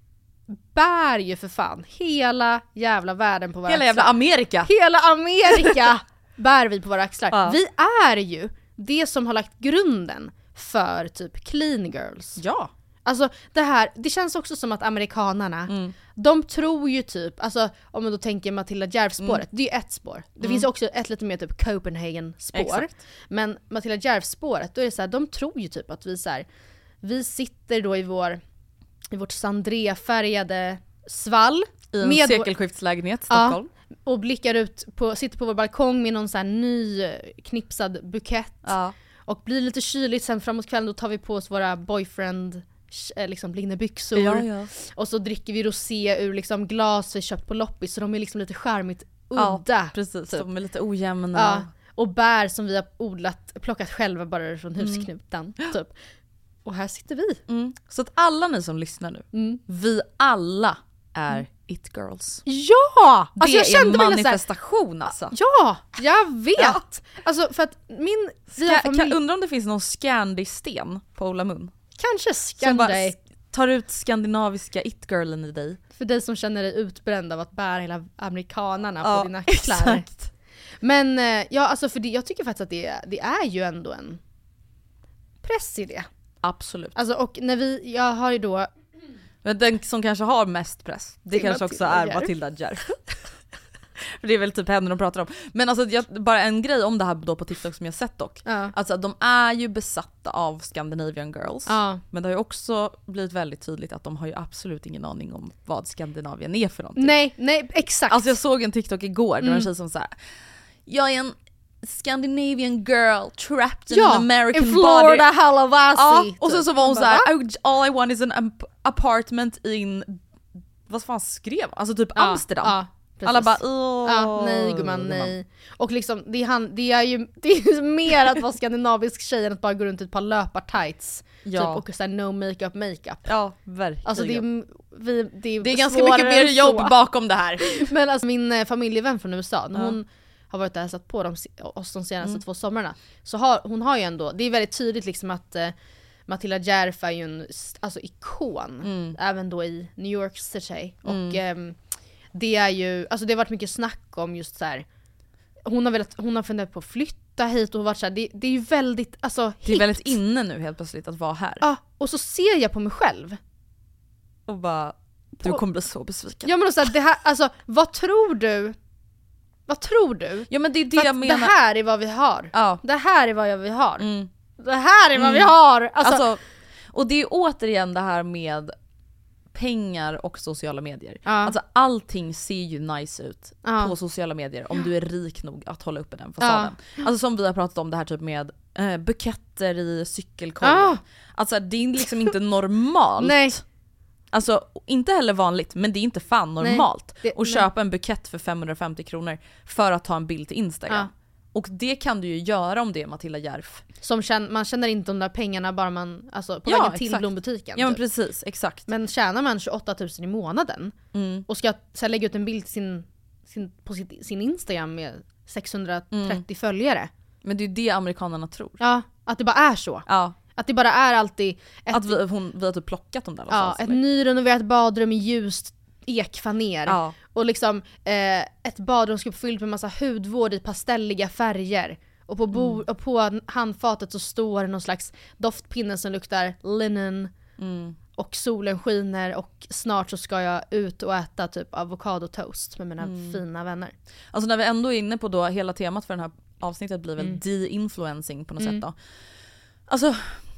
bär ju för fan hela jävla världen på våra hela axlar. Hela jävla Amerika. Hela Amerika bär vi på våra axlar. Ja. Vi är ju det som har lagt grunden för typ clean girls. Ja. Alltså det här, det känns också som att amerikanarna, mm. de tror ju typ, alltså om man då tänker Matilda Djerf-spåret, mm. det är ju ett spår. Det mm. finns ju också ett lite mer typ Copenhagen-spår. Exakt. Men Matilda Djerf-spåret, då är det så här, de tror ju typ att vi så här, vi sitter då i vår i vårt sandrefärgade svall i en med sekelskiftslägenhet Stockholm. Ja, och blickar ut på, sitter på vår balkong med någon så här ny knipsad bukett ja. och blir lite kyligt sen framåt kvällen, då tar vi på oss våra boyfriend liksom linnebyxor ja, ja. och så dricker vi rosé ur liksom glas vi köpt på loppis, så de är liksom lite charmigt udda. Ja, precis, typ. De är lite ojämna. Ja, och bär som vi har odlat, plockat själva bara från husknuten mm. typ. Och här sitter vi. Mm. Så att alla ni som lyssnar nu, mm. vi alla är mm. it girls. Ja! Det alltså jag kände är manifestation här, alltså. Ja, jag vet. Ja. Alltså för att min... Ska, familj... kan, undrar om det finns någon Scandi-sten på Ola Mun? Kanske Scandi. Tar ut skandinaviska it-girlen i dig. För dig som känner dig utbränd av att bära hela amerikanarna ja, på dina axlar. Exakt. Men ja, alltså för det, jag tycker faktiskt att det, det är ju ändå en press i det. Absolut. Alltså och när vi, jag har ju då Men den som kanske har mest press, det Till kanske också Matilda är Djerf. Matilda Djerf. För det är väl typ henne de pratar om. Men alltså jag, bara en grej om det här då på TikTok som jag sett dock. Ja. Alltså de är ju besatta av Scandinavian Girls. Ja. Men det har ju också blivit väldigt tydligt att de har ju absolut ingen aning om vad Skandinavien är för någonting. Nej, nej, exakt. Alltså jag såg en TikTok igår, det var en Mm. tjej som sa: jag är en Scandinavian girl trapped in ja, an American i Florida, body. Halavasi. Ja, och sen så var hon Bara, såhär, all I want is an ap- apartment in, vad fan skrev hon? Alltså typ ja, Amsterdam. Ja, precis. Alla bara åh. Ja, nej gumman, nej. Och liksom, det är, han, det är ju det är mer att vara skandinavisk tjej än att bara gå runt i ett par löpartights. Ja. Typ, och så här, no makeup makeup. Ja, verkligen. Alltså det är, vi, det är, det är ganska svårare mycket mer än jobb så. bakom det här. Men alltså min eh, familjevän från U S A, när Ja. hon har varit där och satt på dem, oss de senaste Mm. två somrarna, så har, hon har ju ändå, det är väldigt tydligt liksom att eh, Matilda Djerf är ju en st- alltså, ikon, Mm. även då i New York City. Och ehm, det är ju, alltså det har varit mycket snack om just så här. Hon har velat, hon har funderat på att flytta hit och varit så här, det, det är ju väldigt, alltså Det är väldigt inne nu helt plötsligt att vara här. Ja, och så ser jag på mig själv. Och bara, du På- kommer bli så besviken. Ja men så här, det här, alltså vad tror du? Vad tror du? Ja men det är det För jag att menar. det här är vad vi har. Ja. Det här är vad vi har. Mm. Det här är vad vi Mm. har. Alltså, Alltså, och det är återigen det här med pengar och sociala medier. Ja. Alltså allting ser ju nice ut Ja. på sociala medier om du är rik nog att hålla uppe den fasaden. Alltså som vi har pratat om det här typ med eh, buketter i cykelkorgen. Ja. Alltså det är liksom inte normalt. Nej. Alltså inte heller vanligt, men det är inte fan normalt det- att nej. köpa en bukett för femhundrafemtio kronor för att ta en bild till Instagram. Ja. Och det kan du ju göra om det är Matilda Djerf. Som känner, man känner inte de där pengarna bara man, alltså på Ja, vägen till exakt. blombutiken. Ja men typ. precis, exakt. Men tjänar man tjugoåtta tusen i månaden Mm. och ska så här, lägga ut en bild till sin, sin, på sitt, sin Instagram med sexhundratrettio Mm. följare. Men det är ju det amerikanerna tror. Ja, att det bara är så. Ja, Att det bara är alltid ett, att vi, hon, vi har typ plockat dem där ja, någonstans, ett eller? nyrenoverat badrum i ljust ekfaner. Ja. Och liksom eh, ett badrumsskåp fyllt med massa hudvård i pastelliga färger. Och på, bo- Mm. och på handfatet så står det någon slags doftpinne som luktar linen. Mm. Och solen skiner och snart så ska jag ut och äta typ avokadotoast med mina Mm. fina vänner. Alltså när vi ändå är inne på då, hela temat för den här avsnittet blir väl Mm. de-influencing på något Mm. sätt då. Alltså,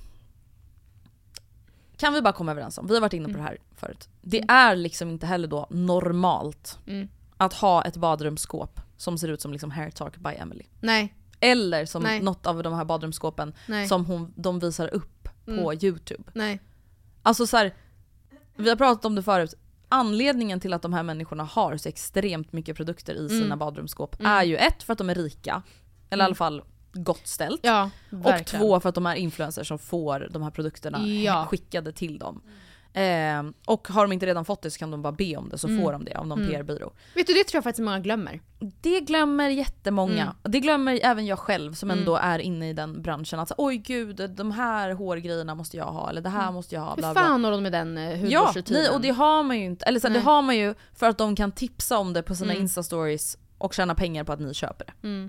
kan vi bara komma överens om, vi har varit inne på det här förut. Det är liksom inte heller då normalt Mm. att ha ett badrumsskåp som ser ut som liksom Hair Talk by Emily. Nej, Eller som Nej. något av de här badrumsskåpen nej, som hon, de visar upp på Mm. YouTube. nej. Alltså så här, vi har pratat om det förut. Anledningen till att de här människorna har så extremt mycket produkter i sina Mm. badrumsskåp Mm. är ju ett, för att de är rika. Eller i Mm. alla fall gott ställt. Ja, och verkligen. två, för att de är influencers som får de här produkterna Ja. skickade till dem. Eh, och har de inte redan fått det så kan de bara be om det, så Mm. får de det av någon Mm. P R-byrå. Vet du, det tror jag faktiskt många glömmer. Det glömmer jättemånga. Mm. Det glömmer även jag själv som Mm. ändå är inne i den branschen. Alltså, oj gud, de här hårgrejerna måste jag ha, eller det här måste jag ha. Bla, Hur bla. fan har de med den eh, Ja, hudvårdsrutinen? nej, och det har man ju inte. Eller så här, det Nej. har man ju för att de kan tipsa om det på sina Mm. Insta-stories och tjäna pengar på att ni köper det. Mm.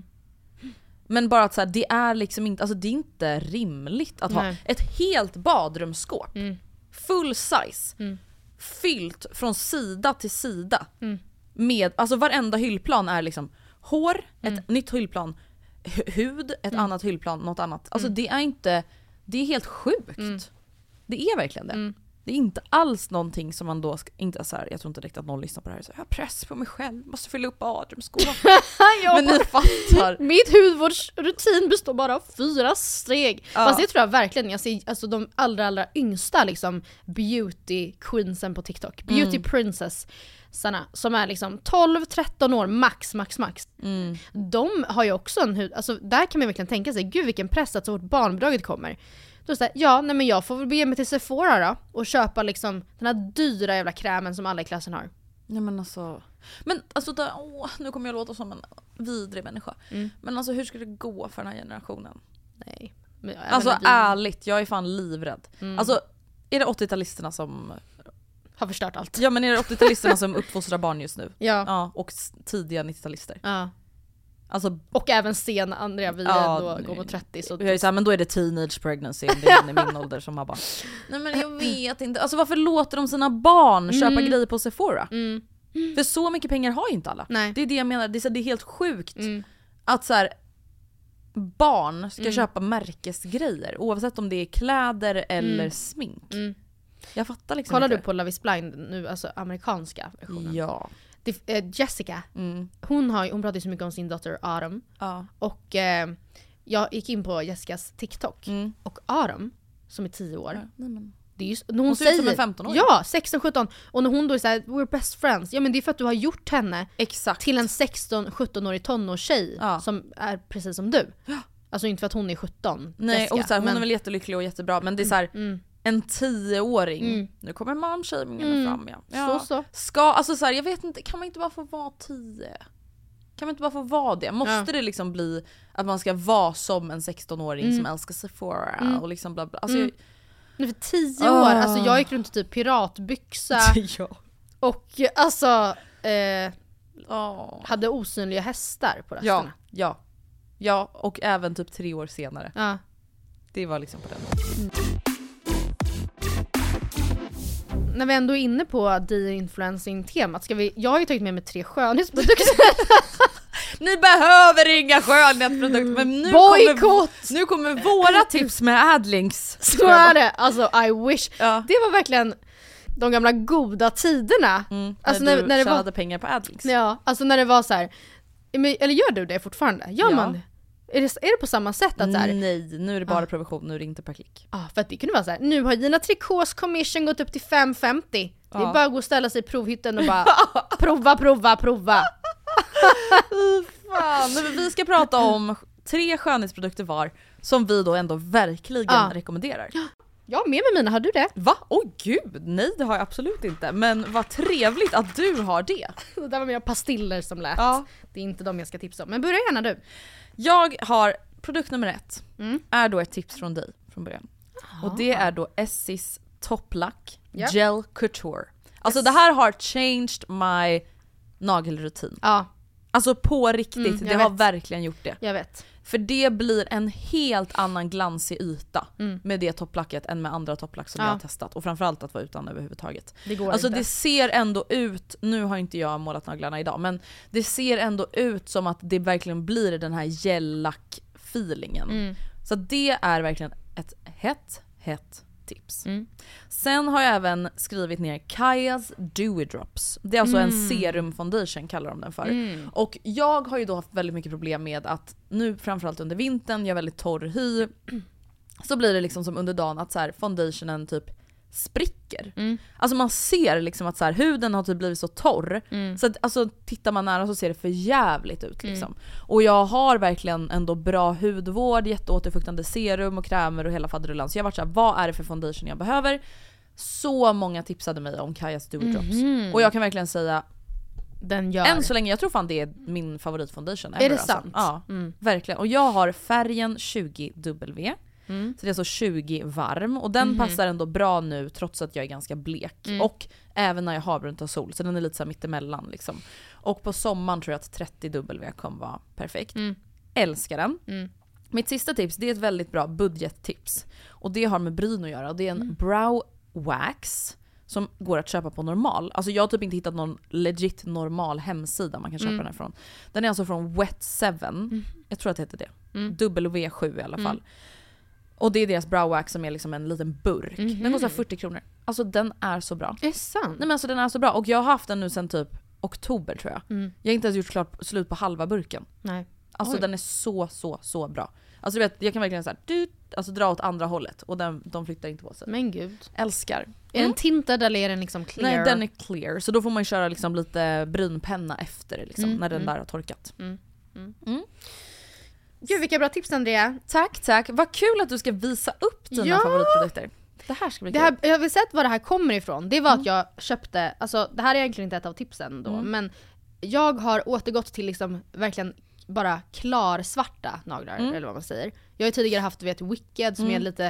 Men bara att så här, det är liksom inte, alltså det är inte rimligt att ha Nej. ett helt badrumsskåp, Mm. full size, Mm. fyllt från sida till sida. Mm. Med, alltså varenda hyllplan är liksom hår, Mm. ett nytt hyllplan, hu- hud, ett Mm. annat hyllplan, något annat. Alltså Mm. det är inte, det är helt sjukt. Mm. Det är verkligen det. Mm. Det är inte alls någonting som man då ska, inte så här, jag tror inte riktigt att någon lyssnar på det här, så jag har press på mig själv, måste fylla upp badrumsskåp. Ja, Men ni fattar. Mitt hudvårdsrutin består bara av fyra steg. Ja. Fast det tror jag verkligen, jag ser alltså de allra allra yngsta liksom beauty queensen på TikTok. Beauty Mm. princessarna som är liksom tolv tretton år max, max, max. Mm. De har ju också en hud, alltså där kan man verkligen tänka sig, gud vilken press att så fort barnbidraget kommer. Då är det så här, ja nej men jag får väl bege mig till Sephora då och köpa liksom den här dyra jävla krämen som alla i klassen har. Nej men alltså, men alltså där, åh, nu kommer jag låta som en vidrig människa. Mm. Men alltså hur ska det gå för den här generationen? Nej. Men, jag Alltså menar, vi ärligt, jag är fan livrädd. Mm. Alltså är det åttio-talisterna som, har förstört allt. ja men är det åttio-talisterna som uppfostrar barn just nu? Ja. Ja, och s- tidiga nittio-talister. Ja. Alltså, och även sen Andrea, vi ja, är ändå går mot trettio. Så jag är så här, men då är det teenage pregnancy om det är i min ålder som har bara nej men jag vet inte, alltså varför låter de sina barn köpa Mm. grejer på Sephora? Mm. För så mycket pengar har ju inte alla. Nej. Det är det jag menar, det är, så, det är helt sjukt Mm. att så här, barn ska Mm. köpa märkesgrejer oavsett om det är kläder eller Mm. smink. Mm. Jag fattar liksom Kollar inte. du på Love is blind nu, alltså amerikanska versionen? Ja. Det, eh, Jessica, Mm. hon, har, hon pratar ju så mycket om sin dotter Autumn. Ja. Och eh, jag gick in på Jessicas TikTok. Mm. Och Autumn, som är tio år. Ja, nej, men. Det är ju, när hon, Hon ser säger, ut som en femton-åring. Ja, sexton sjutton. Och när hon då är såhär, we're best friends. Ja men det är för att du har gjort henne Exakt. till en sexton sjutton-årig tonårstjej Ja. som är precis som du. Alltså inte för att hon är sjutton. Nej, Jessica, och så här, hon men, är väl jättelycklig och jättebra, men det är så här, mm, en tioåring. Mm. Nu kommer momshamingen Mm. fram, ja. ja. Så så. Ska, alltså så här, jag vet inte, kan man inte bara få vara tio? Kan man inte bara få vara det? Måste Ja. det liksom bli att man ska vara som en sexton-åring Mm. som älskar Sephora Mm. och liksom bla bla. Alltså, Mm. Nu för tio Ah. år, alltså jag gick runt i typ piratbyxa ja. och alltså eh, Oh. hade osynliga hästar på Ja, rösterna. ja. Ja, och även typ tre år senare. Ja. Det var liksom på den. När vi ändå är inne på de-influencing-temat, ska vi, jag har ju tagit med mig tre skönhetsprodukter. Ni behöver inga skönhetsprodukter, men nu Boykott! kommer, nu kommer våra tips med Adlings. Så är det, alltså I wish. Ja. Det var verkligen de gamla goda tiderna. Mm, Alltså när, när- du när det var- tjänade pengar på Adlinks. Ja, alltså när det var så här. Men- eller gör du det fortfarande? Gör Ja. man? Är det, är det på samma sätt att så här, Nej, nu är det bara Ah. provision, nu är det inte per klick. ja, för att det kunde vara så här. Nu har Gina Tricôts commission gått upp till fem femtio. Det är Ja. bara att gå och ställa sig i provhytten och bara prova, prova, prova. Fan, men vi ska prata om tre skönhetsprodukter var som vi då ändå verkligen Ja. rekommenderar. Jag har med mig mina, har du det? Va? Åh oh, gud, nej det har jag absolut inte. Men vad trevligt att du har det. Det där var mina pastiller som lät. Ja. Det är inte de jag ska tipsa om. Men börja gärna du. Jag har produkt nummer ett. Mm. Är då ett tips från dig från början. Och det är då Essis Toplack Ja. Gel Couture. Alltså Yes. det här har changed my nagelrutin. Ja, Alltså på riktigt, Mm, jag det har vet. verkligen gjort det. jag vet. För det blir en helt annan glansig yta Mm. med det topplacket än med andra topplack som Ja. jag har testat. Och framförallt att vara utan överhuvudtaget. Det går Alltså inte. det ser ändå ut, nu har inte jag målat naglarna idag, men det ser ändå ut som att det verkligen blir den här gel-lack-feelingen. Mm. Så det är verkligen ett hett, hett tips. Mm. Sen har jag även skrivit ner Kajas Dewy Drops. Det är alltså Mm. en serum foundation kallar de den för. Mm. Och jag har ju då haft väldigt mycket problem med att nu framförallt under vintern, jag har väldigt torr hy, så blir det liksom som under dagen att så här, foundationen typ spricker. Mm. Alltså man ser liksom att så här, huden har typ blivit så torr. Mm. Så att, alltså, tittar man nära så ser det för jävligt ut liksom. Och jag har verkligen ändå bra hudvård, jätteåterfuktande serum och krämer och hela faderullan. Så jag har varit såhär, vad är det för foundation jag behöver? Så många tipsade mig om Kajas Dewy Drops. Mhm. Och jag kan verkligen säga, Den gör. än så länge, jag tror fan det är min favoritfoundation. Är det ever, alltså. sant? Ja, Mm. verkligen. Och jag har färgen tjugo W. Mm. Så det är alltså tjugo varm. Och den Mhm. passar ändå bra nu trots att jag är ganska blek. Mm. Och även när jag har brunt av sol. Så den är lite så här mittemellan liksom. Och på sommaren tror jag att trettio W kommer vara perfekt. Mm. Älskar den. Mm. Mitt sista tips, det är ett väldigt bra budgettips. Och det har med bryn att göra. Och det är en Mm. brow wax som går att köpa på normal. Alltså jag har typ inte hittat någon legit normal hemsida man kan köpa Mm. den ifrån. Den är alltså från Wet seven. Jag tror att det heter det. Mm. W sju i alla fall. Och det är deras brow wax som är liksom en liten burk. Mhm. Den kostar fyrtio kronor. Alltså den är så bra. Är det sant? Nej men alltså den är så bra. Och jag har haft den nu sedan typ oktober tror jag. Mm. Jag har inte ens gjort klart slut på halva burken. Nej. Alltså Oj. den är så, så, så bra. Alltså du vet, jag kan verkligen så här, du, alltså dra åt andra hållet. Och den, de flyttar inte på sig. Men gud. Älskar. Är den tintad eller är den liksom clear? Nej den är clear. Så då får man ju köra liksom lite brynpenna efter liksom, Mm, när den mm. där har torkat. Mm. Mm. Mm. Gud vilka bra tips Andrea. Tack, tack. Vad kul att du ska visa upp dina Ja. favoritprodukter. Det här ska bli Det kul. här, jag vill säga var det här kommer ifrån. Det var att jag köpte, alltså det här är egentligen inte ett av tipsen då, Mm. men jag har återgått till liksom verkligen bara klar svarta naglar Mm. eller vad man säger. Jag har ju tidigare haft du vet Wicked som Mm. är lite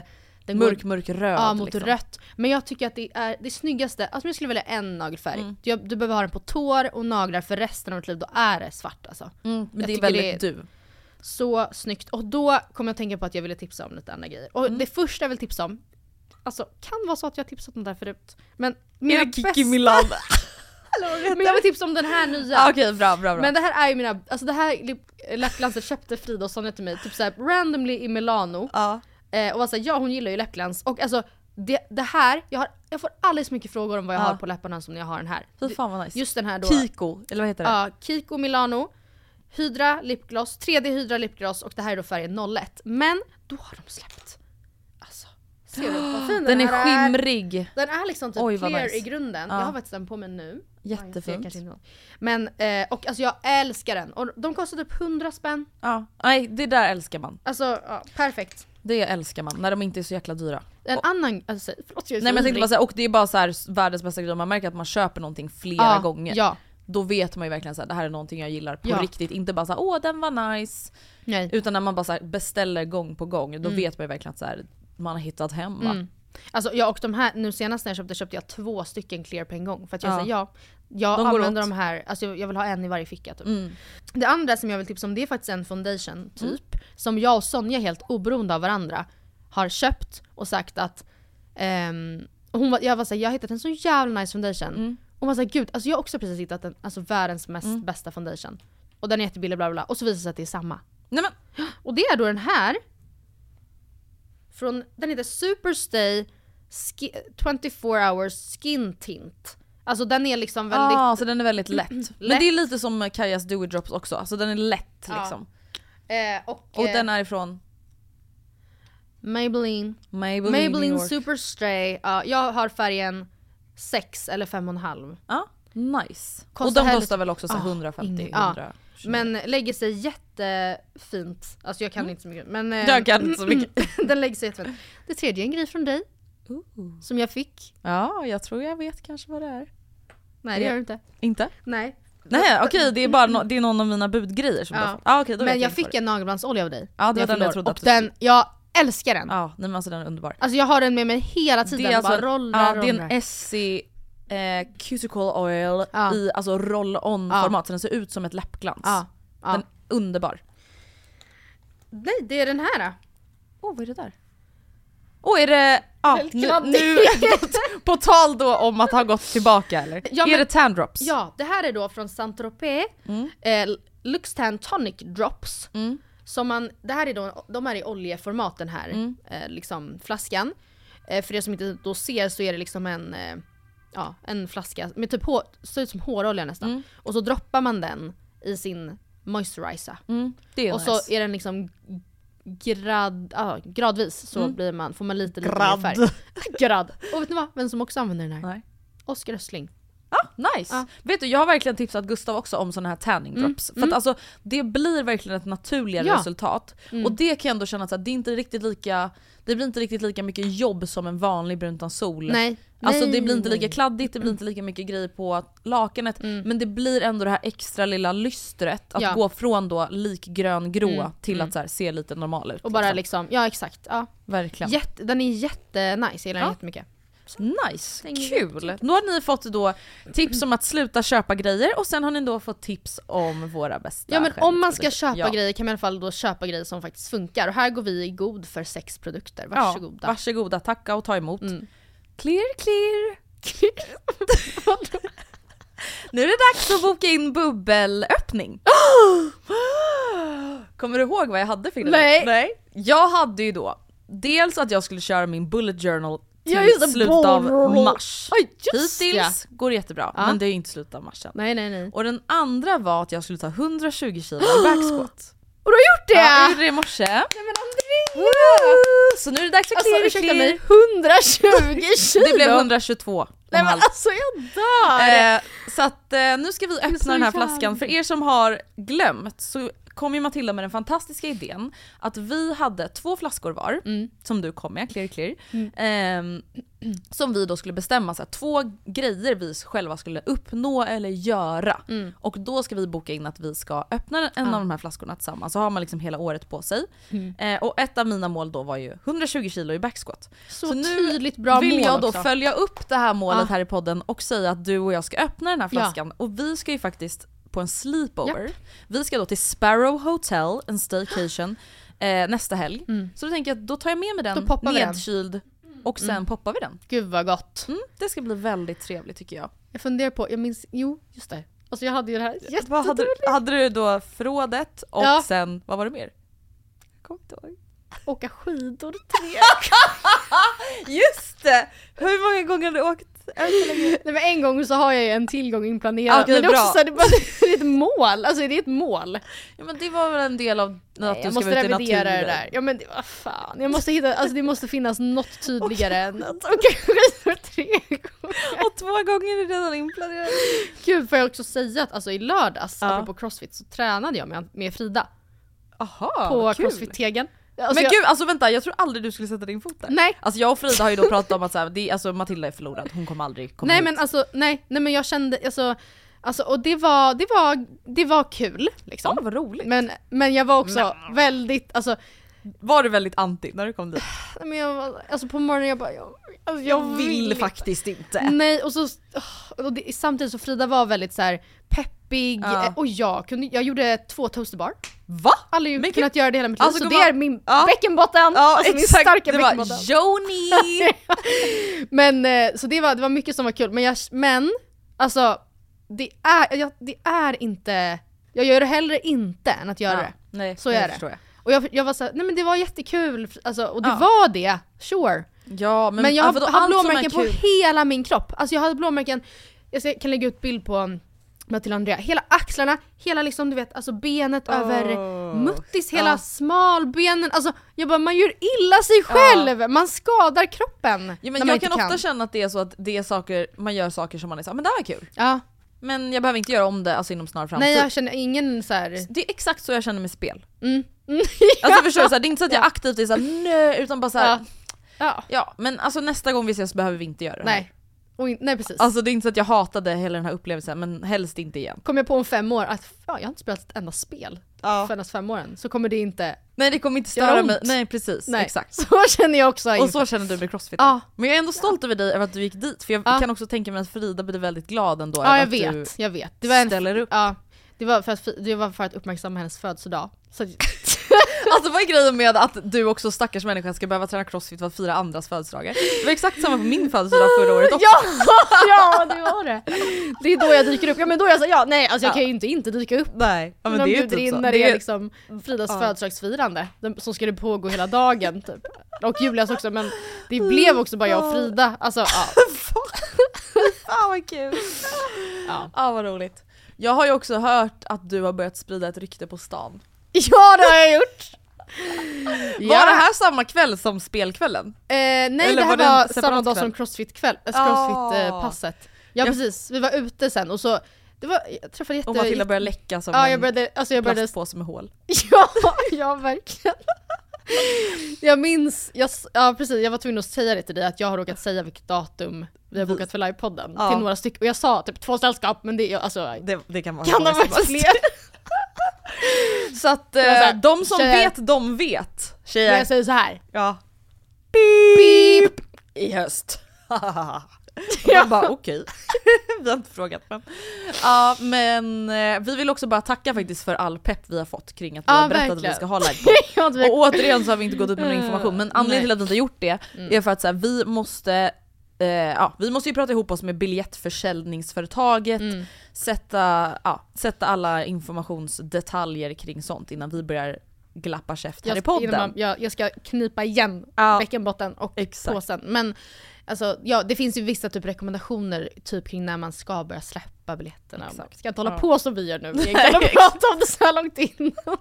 Den mörk, går, mörk röd. Ja, mot liksom. rött. Men jag tycker att det är det snyggaste. Alltså jag skulle välja en nagelfärg. Mm. Du, du behöver ha den på tår och naglar för resten av ditt liv. Då är det svart alltså. Mm, men Jag det är tycker väldigt det är- du. Så snyggt. Och då kommer jag att tänka på att jag ville tipsa om lite andra grejer. Och Mm. det första jag vill tipsa om, alltså kan vara så att jag har tipsat om det här förut. Men mina Är det Kiki bästa... Millan? Men jag vill tipsa om den här nya. Ah, Okej, bra, bra, bra. Men det här är ju mina, alltså det här lip- läppglanset köpte Frida och Sonja till mig, typ såhär randomly i Milano. ja. Eh, och var såhär, ja hon gillar ju läppglans. Och alltså det, det här, jag, har, jag får alldeles mycket frågor om vad jag Ja. har på läpparna som när jag har den här. Fy fan vad nice. Just den här då. Kiko, eller vad heter det? Ja, Kiko Milano, Hydra lipgloss, tre D Hydra lipgloss och det här är då färgen noll ett. Men då har de släppt. Alltså, ser du vad fin Den är här skimrig. Den är liksom typ Oj, vad clear nice. i grunden. Ja. Jag har faktiskt den på mig nu. Jättefint. Ja, jag ser kanske inte något. Men, eh, och alltså jag älskar den. Och de kostar typ hundra spänn. Ja. Nej, det där älskar man. Alltså, ja, perfekt. Det älskar man, när de inte är så jäkla dyra. En och, annan, alltså, förlåt jag är så nej men jag tänkte ivrig. bara säga, och det är bara så här världens bästa grej, man märker att man köper någonting flera Ja, gånger. Ja, Då vet man ju verkligen att det här är någonting jag gillar på Ja. riktigt. Inte bara så här, åh den var nice. nej. Utan när man bara så här beställer gång på gång, då Mm. vet man ju verkligen att så här, man har hittat hem va? Mm. Alltså ja, och de här, nu senast när jag köpte, köpte jag två stycken clear på en gång. För att jag Ja. säger ja, jag De går använder åt. de här, alltså jag vill ha en i varje ficka typ. Mm. Det andra som jag vill tipsa om, det är faktiskt en foundation typ. Som jag och Sonja helt oberoende av varandra har köpt och sagt att ehm, hon var, jag var såhär, jag har hittat en så jävla nice foundation. Mm. Och man säger gud, alltså jag har också precis hittat en, alltså världens mest Mm. bästa foundation. Och den är jättebillig bla bla bla. Och så visar det sig att det är samma. Nej men, Och det är då den här. Från, den heter Superstay Ski- twenty-four hours skin tint. Alltså den är liksom väldigt... ah, så den är väldigt lätt. Men Lätt. det är lite som Kajas Dewy Drops också, alltså den är lätt Ja. liksom. Eh, och Och eh, den är ifrån Maybelline. Maybelline, Maybelline New York. Superstay. Ja, jag har färgen sex eller fem och en halv. Ja, nice. Kostar och de heller- kostar väl också så Ah, hundrafemtio ingen- ja. hundra. Men lägger sig jättefint. Alltså jag kan inte så mycket. Men, eh, Jag kan inte så mycket. den lägger sig jättefint. Det tredje är en grej från dig. Ooh. Som jag fick. Ja, jag tror jag vet kanske vad det är. Nej det Ja. gör du inte. Inte? Nej. Nej, okej, det är bara no- det är någon av mina budgrejer som Ja. du har fått. Ah, okej, då Men vet jag inte fick vad det en nagelbandsolja av dig. Ja, det när var den fyllde jag år. trodde Och att du den, jag älskar den. är. Ja, nej, men alltså den är underbar. Alltså jag har den med mig hela tiden. Det är, alltså, bara rollar, ja, det är rollar. en Essie eh, cuticle oil Ja. i alltså roll-on Ja. format, så den ser ut som ett läppglans. Ja, ja. Den är underbar. Nej, det är den här. Åh, oh, vad är det där? Åh, oh, är det... Ja, Helt nu, kladdigt. nu på, på tal då om att ha gått tillbaka eller? Ja, är men- det tan drops? Ja, det här är då från Saint-Tropez. Mm. Eh, Luxtan Tonic Drops. Mm. Som man, det här är då, de är i oljeformat den här Mm. eh, liksom flaskan. Eh, för er som inte då ser så är det liksom en, eh, ja, en flaska med typ hår, ser ut som hårolja nästan. Mm. Och så droppar man den i sin moisturizer. Mm, det är Och nice. så är den liksom grad, ah, gradvis så Mm. blir man, får man lite lite Grad. mer färg. Grad. Och vet ni vad? Vem som också använder den här? Nej. Oskar Östling. Ah, nice! Ja. Vet du, jag har verkligen tipsat Gustav också om såna här tanning Mm, drops. För mm. att alltså, det blir verkligen ett naturligare Ja. resultat. Mm. Och det kan jag ändå känna att det är inte riktigt lika, det blir inte riktigt lika mycket jobb som en vanlig brun utan sol. Nej. Alltså nej, det blir inte lika nej. kladdigt, det blir inte lika mycket grejer på lakanet. Mm. Men det blir ändå det här extra lilla lystret att Ja. gå från då likgrön grå Mm, till mm. att så här, se lite normal ut. Och bara liksom. liksom, ja exakt. Ja. Verkligen. Jätte, den är jättenice, jag gillar den Ja. jättemycket. Nice, Den är kul! Nu har ni fått då tips om att sluta köpa grejer och sen har ni då fått tips om våra bästa Ja men om man ska skönhetsprodukter. köpa Ja. grejer kan man i alla fall då köpa grejer som faktiskt funkar. Och här går vi i god för sex produkter. Varsågoda. Ja, varsågoda, tacka och ta emot. Mm. Clear, clear! Nu är det dags att boka in bubbelöppning. Kommer du ihåg vad jag hade för grej? Nej. Nej. Jag hade ju då dels att jag skulle köra min bullet journal till Ja, just det, slutet av bullet. mars. Oj, just Hittills går det jättebra, Ja. men det är ju inte slutet av mars än. Nej nej nej. Och den andra var att jag skulle ta hundratjugo kilo i backsquat. Och du har gjort det! Ja, jag gjorde det i morse. Nej men Andrea! Woo! Så nu är det dags för Alltså clear, ursäkta clear. mig, hundratjugo kilo! Det blev hundratjugotvå och Nej en men halv. alltså jag dör! Eh, så att eh, nu ska vi öppna så den här jävla- flaskan. För er som har glömt så kom ju Matilda med den fantastiska idén att vi hade två flaskor var, Mm. som du kom med, clear clear, Mm. eh, som vi då skulle bestämma, så här, två grejer vi själva skulle uppnå eller göra. Mm. Och då ska vi boka in att vi ska öppna en Ja. av de här flaskorna tillsammans, så har man liksom hela året på sig. Mm. Eh, och ett av mina mål då var ju hundratjugo kilo i backsquat. Så, Så nu tydligt bra vill mål jag då också. följa upp det här målet Ja. här i podden och säga att du och jag ska öppna den här flaskan. Och vi ska ju faktiskt på en sleepover. Vi ska då till Sparrow Hotel, en staycation, eh, nästa helg. Mm. Så då tänker jag att då tar jag med mig den Då poppar vi den. nedkyld och sen Mm. poppar vi den. Gud vad gott. Mm, det ska bli väldigt trevligt tycker jag. Jag funderar på, jag minns, jo just det. Alltså jag hade ju det här Vad hade, jätteroligt. hade du då förrådet och Ja. sen, vad var det mer? Jag kommer inte ihåg. Åka skidor tre. Just det! Hur många gånger har du åkt? Nej men en gång så har jag ju en tillgång inplanerad. Okej, men det är bra. också så här, det, bara, det är ett mål. Alltså det är ett mål. Ja men det var väl en del av att Nej, du jag ska måste ut i revidera naturen. det där. Ja men det var fan. Jag måste hitta, alltså det måste finnas något tydligare än att åka skidor tre gånger. Och två gånger är redan inplanerat. Gud, får jag också säga att alltså i lördags, Ja. apropå crossfit, så tränade jag med, med Frida Aha, på vad kul. crossfit-tegen. Alltså Men jag, gud, alltså vänta, jag tror aldrig du skulle sätta din fot där. Nej. Alltså jag och Frida har ju då pratat om att så här, det, alltså Matilda är förlorad, hon kommer aldrig komma nej hit. men alltså, nej, nej men jag kände, alltså, alltså och det var, det var, det var kul liksom. Ja, vad roligt. Men, men jag var också väldigt, alltså, Var du väldigt anti när du kom dit? nej, men jag var, alltså på morgonen jag bara, jag, alltså, Jag vill inte. faktiskt inte. Nej, och så och det, samtidigt så Frida var väldigt så här peppig, Ja. och jag kunde, jag gjorde två toasterbar. Va? Aldrig Men kunnat göra det hela mitt liv, alltså, så gumman- det är min Ja. bäckenbotten, Ja, alltså min exakt. starka Det var bäckenbotten. Joni! Men eh, så det var, det var mycket som var kul, men, jag, men alltså det är, jag, det är inte, jag gör det hellre inte än att göra Ja, det. nej, Så det är det. förstår jag. Och jag, jag var så här, nej men det var jättekul, alltså, och det Ja. var det, sure. Ja, men, Men jag ja, har, vadå, har allt som är blåmärken på kul. hela min kropp. Alltså jag hade blåmärken, jag ska, kan lägga ut bild på Matilda och Andrea. Hela axlarna, hela liksom du vet, alltså benet Oh. över muttis, hela Ja. smalbenen. Alltså jag bara, man gör illa sig själv. Man skadar kroppen. Ja, när men man jag inte kan ofta känna att det är så att det är saker, man gör saker som man är så, men det här är kul. Ja. Men jag behöver inte göra om det alltså inom snar framtid. Nej, jag känner ingen så här. Det är exakt så jag känner med spel. Mm. Mm. Alltså förstår du, så här, det är inte så att jag aktivt är såhär nej, utan bara såhär, Ja. ja. Ja. men alltså nästa gång vi ses behöver vi inte göra det här. Nej. Och in, nej precis. Alltså det är inte så att jag hatade hela den här upplevelsen, men helst inte igen. Kommer jag på om fem år att fan, jag har inte spelat ett enda spel Ja. för fem åren, så kommer det inte. Nej, det kommer inte Gör störa ont. mig. Nej precis, Nej. exakt. Så känner jag också. Och så känner du med crossfit. Ja. Men jag är ändå stolt över dig över att du gick dit, för jag Ja. kan också tänka mig att Frida blir väldigt glad ändå Ja, över jag att vet. du Jag vet. Det var en, ställer upp. Ja. Det var för att det var för att uppmärksamma hennes födelsedag. Så Alltså vad är grejen med att du också stackars människa ska behöva träna crossfit för att fira andras födelsedagar? Det var exakt samma på min födelsedag förra året också. ja, ja, det var det. Det är då jag dyker upp. Ja, men då är jag så ja, nej, alltså jag Ja. kan ju inte inte dyka upp. Nej, ja, men De det är ju bjuder typ in så. när Det det är är- liksom Fridas Ja. födelsedagsfirande den- som skulle pågå hela dagen typ. Och Julias också, men det blev också bara jag och Frida. Alltså ja. Fan vad kul. Ja. Ja, vad roligt. Jag har ju också hört att du har börjat sprida ett rykte på stan. Ja, det har jag gjort. Var det här samma kväll som spelkvällen? Eh, nej, Eller det här var det var, en separat samma dag kväll? som crossfit-kväll, äh, Ah. crossfit-passet. Ja, Jag- precis, vi var ute sen och så, det var, jag träffade jätte... Och Matilda började läcka som Ja, en jag började, alltså jag började, plastpåse med hål. ja, ja verkligen. Jag minns, jag, s- ja precis, jag var tvungen att säga det till dig att jag har råkat säga vilket datum vi har bokat för livepodden Ja. till några stycken, och jag sa typ två sällskap, men det är alltså, Det, det kan vara kan det ha många som varit helst. fler? Så att Det var så eh, här, de som tjejer. vet, de vet. Men Tjejer. jag säger så här. Ja. Beep. I höst. Och Ja. man bara okej. Vi har inte frågat men. Ja men eh, vi vill också bara tacka faktiskt för all pepp vi har fått kring att vi Ja, har berättat verkligen. att vi ska ha livepodd. Ja, det var- Och återigen så har vi inte gått ut med någon information, men anledningen Nej. till att vi inte har gjort det är för att så här, vi måste eh, ja, vi måste ju prata ihop oss med biljettförsäljningsföretaget, Mm. sätta, ja, sätta alla informationsdetaljer kring sånt innan vi börjar glappa käft här i jag, podden. innan man, jag, jag ska knipa igen Ja. bäckenbotten och Exakt. påsen. Men alltså, ja, det finns ju vissa typ rekommendationer typ kring när man ska börja släppa biljetterna. Exakt. Man ska inte hålla Ja. på som vi gör nu. Vi kan prata om det så här långt innan.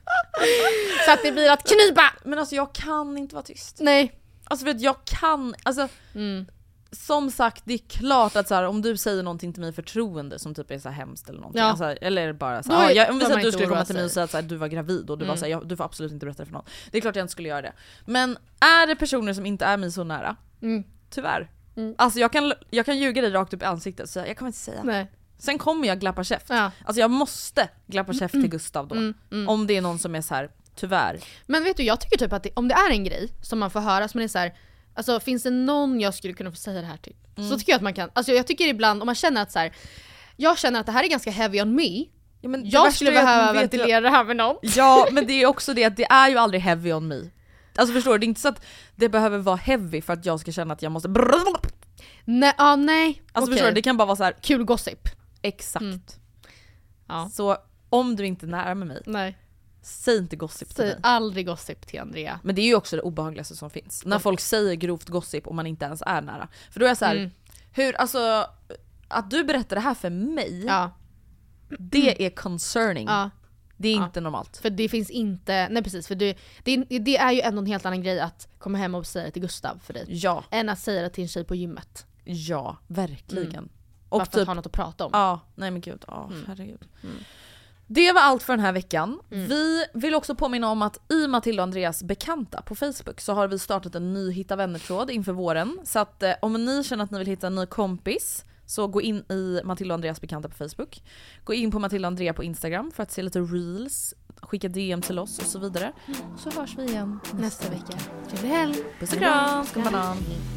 Så att det blir att knipa! Men alltså jag kan inte vara tyst. Nej. Alltså för att jag kan, alltså Mm. som sagt, det är klart att så här, om du säger någonting till mig i förtroende som typ är så här hemskt eller någonting, Ja. alltså, eller bara så Då här, är- ja, jag, om vi då säger man att du inte skulle komma oroa till mig och sig. säga att så här, du var gravid och du Mm. var så här, jag, du får absolut inte berätta det för någon. Det är klart jag inte skulle göra det. Men är det personer som inte är mig så nära, Mm. tyvärr. Mm. Alltså jag kan, jag kan ljuga dig rakt upp i ansiktet så jag kan inte säga. Nej. Sen kommer jag glappa käft. Ja. Alltså jag måste glappa käft till Gustav då. Mm, mm. Om det är någon som är så här, tyvärr. Men vet du, jag tycker typ att det, om det är en grej som man får höra som är så här, alltså finns det någon jag skulle kunna få säga det här till? Mm. Så tycker jag att man kan, alltså jag tycker ibland om man känner att så här, jag känner att det här är ganska heavy on me. Ja, men det Jag värsta skulle är att man behöva vet ju- ventilera det här med någon. Ja, men det är också det att det är ju aldrig heavy on me. Alltså förstår du, det är inte så att det behöver vara heavy för att jag ska känna att jag måste... Nej, ah, nej. Alltså Okej. förstår du, det kan bara vara så här. Kul gossip. Exakt. Mm. Ja. Så om du inte är nära med mig, Nej. säg inte gossip till Säg mig. aldrig gossip till Andrea. Men det är ju också det obehagligaste som finns. När folk säger grovt gossip och man inte ens är nära. För då är jag så här, Mm. hur, alltså, att du berättar det här för mig, Ja. det är concerning. Ja. Det är Ja. inte normalt. För det finns inte, nej precis, för det, det, det är ju ändå en helt annan grej att komma hem och säga det till Gustav för dig. Ja, Än att säga det till en tjej på gymmet. ja, verkligen. Mm. Och Bara för typ, att ha något att prata om. ja, nej men gud, ja, Mm. herregud. Mm. Det var allt för den här veckan. Mm. Vi vill också påminna om att i Matilda och Andreas bekanta på Facebook så har vi startat en ny Hitta vänner-tråd inför våren. Så att eh, om ni känner att ni vill hitta en ny kompis så gå in i Matilda och Andreas bekanta på Facebook. Gå in på Matilda och Andrea på Instagram för att se lite reels, skicka D M till oss och så vidare. Så hörs vi igen nästa, Nästa vecka. Trevlig helg. Puss och kram, skumbanan.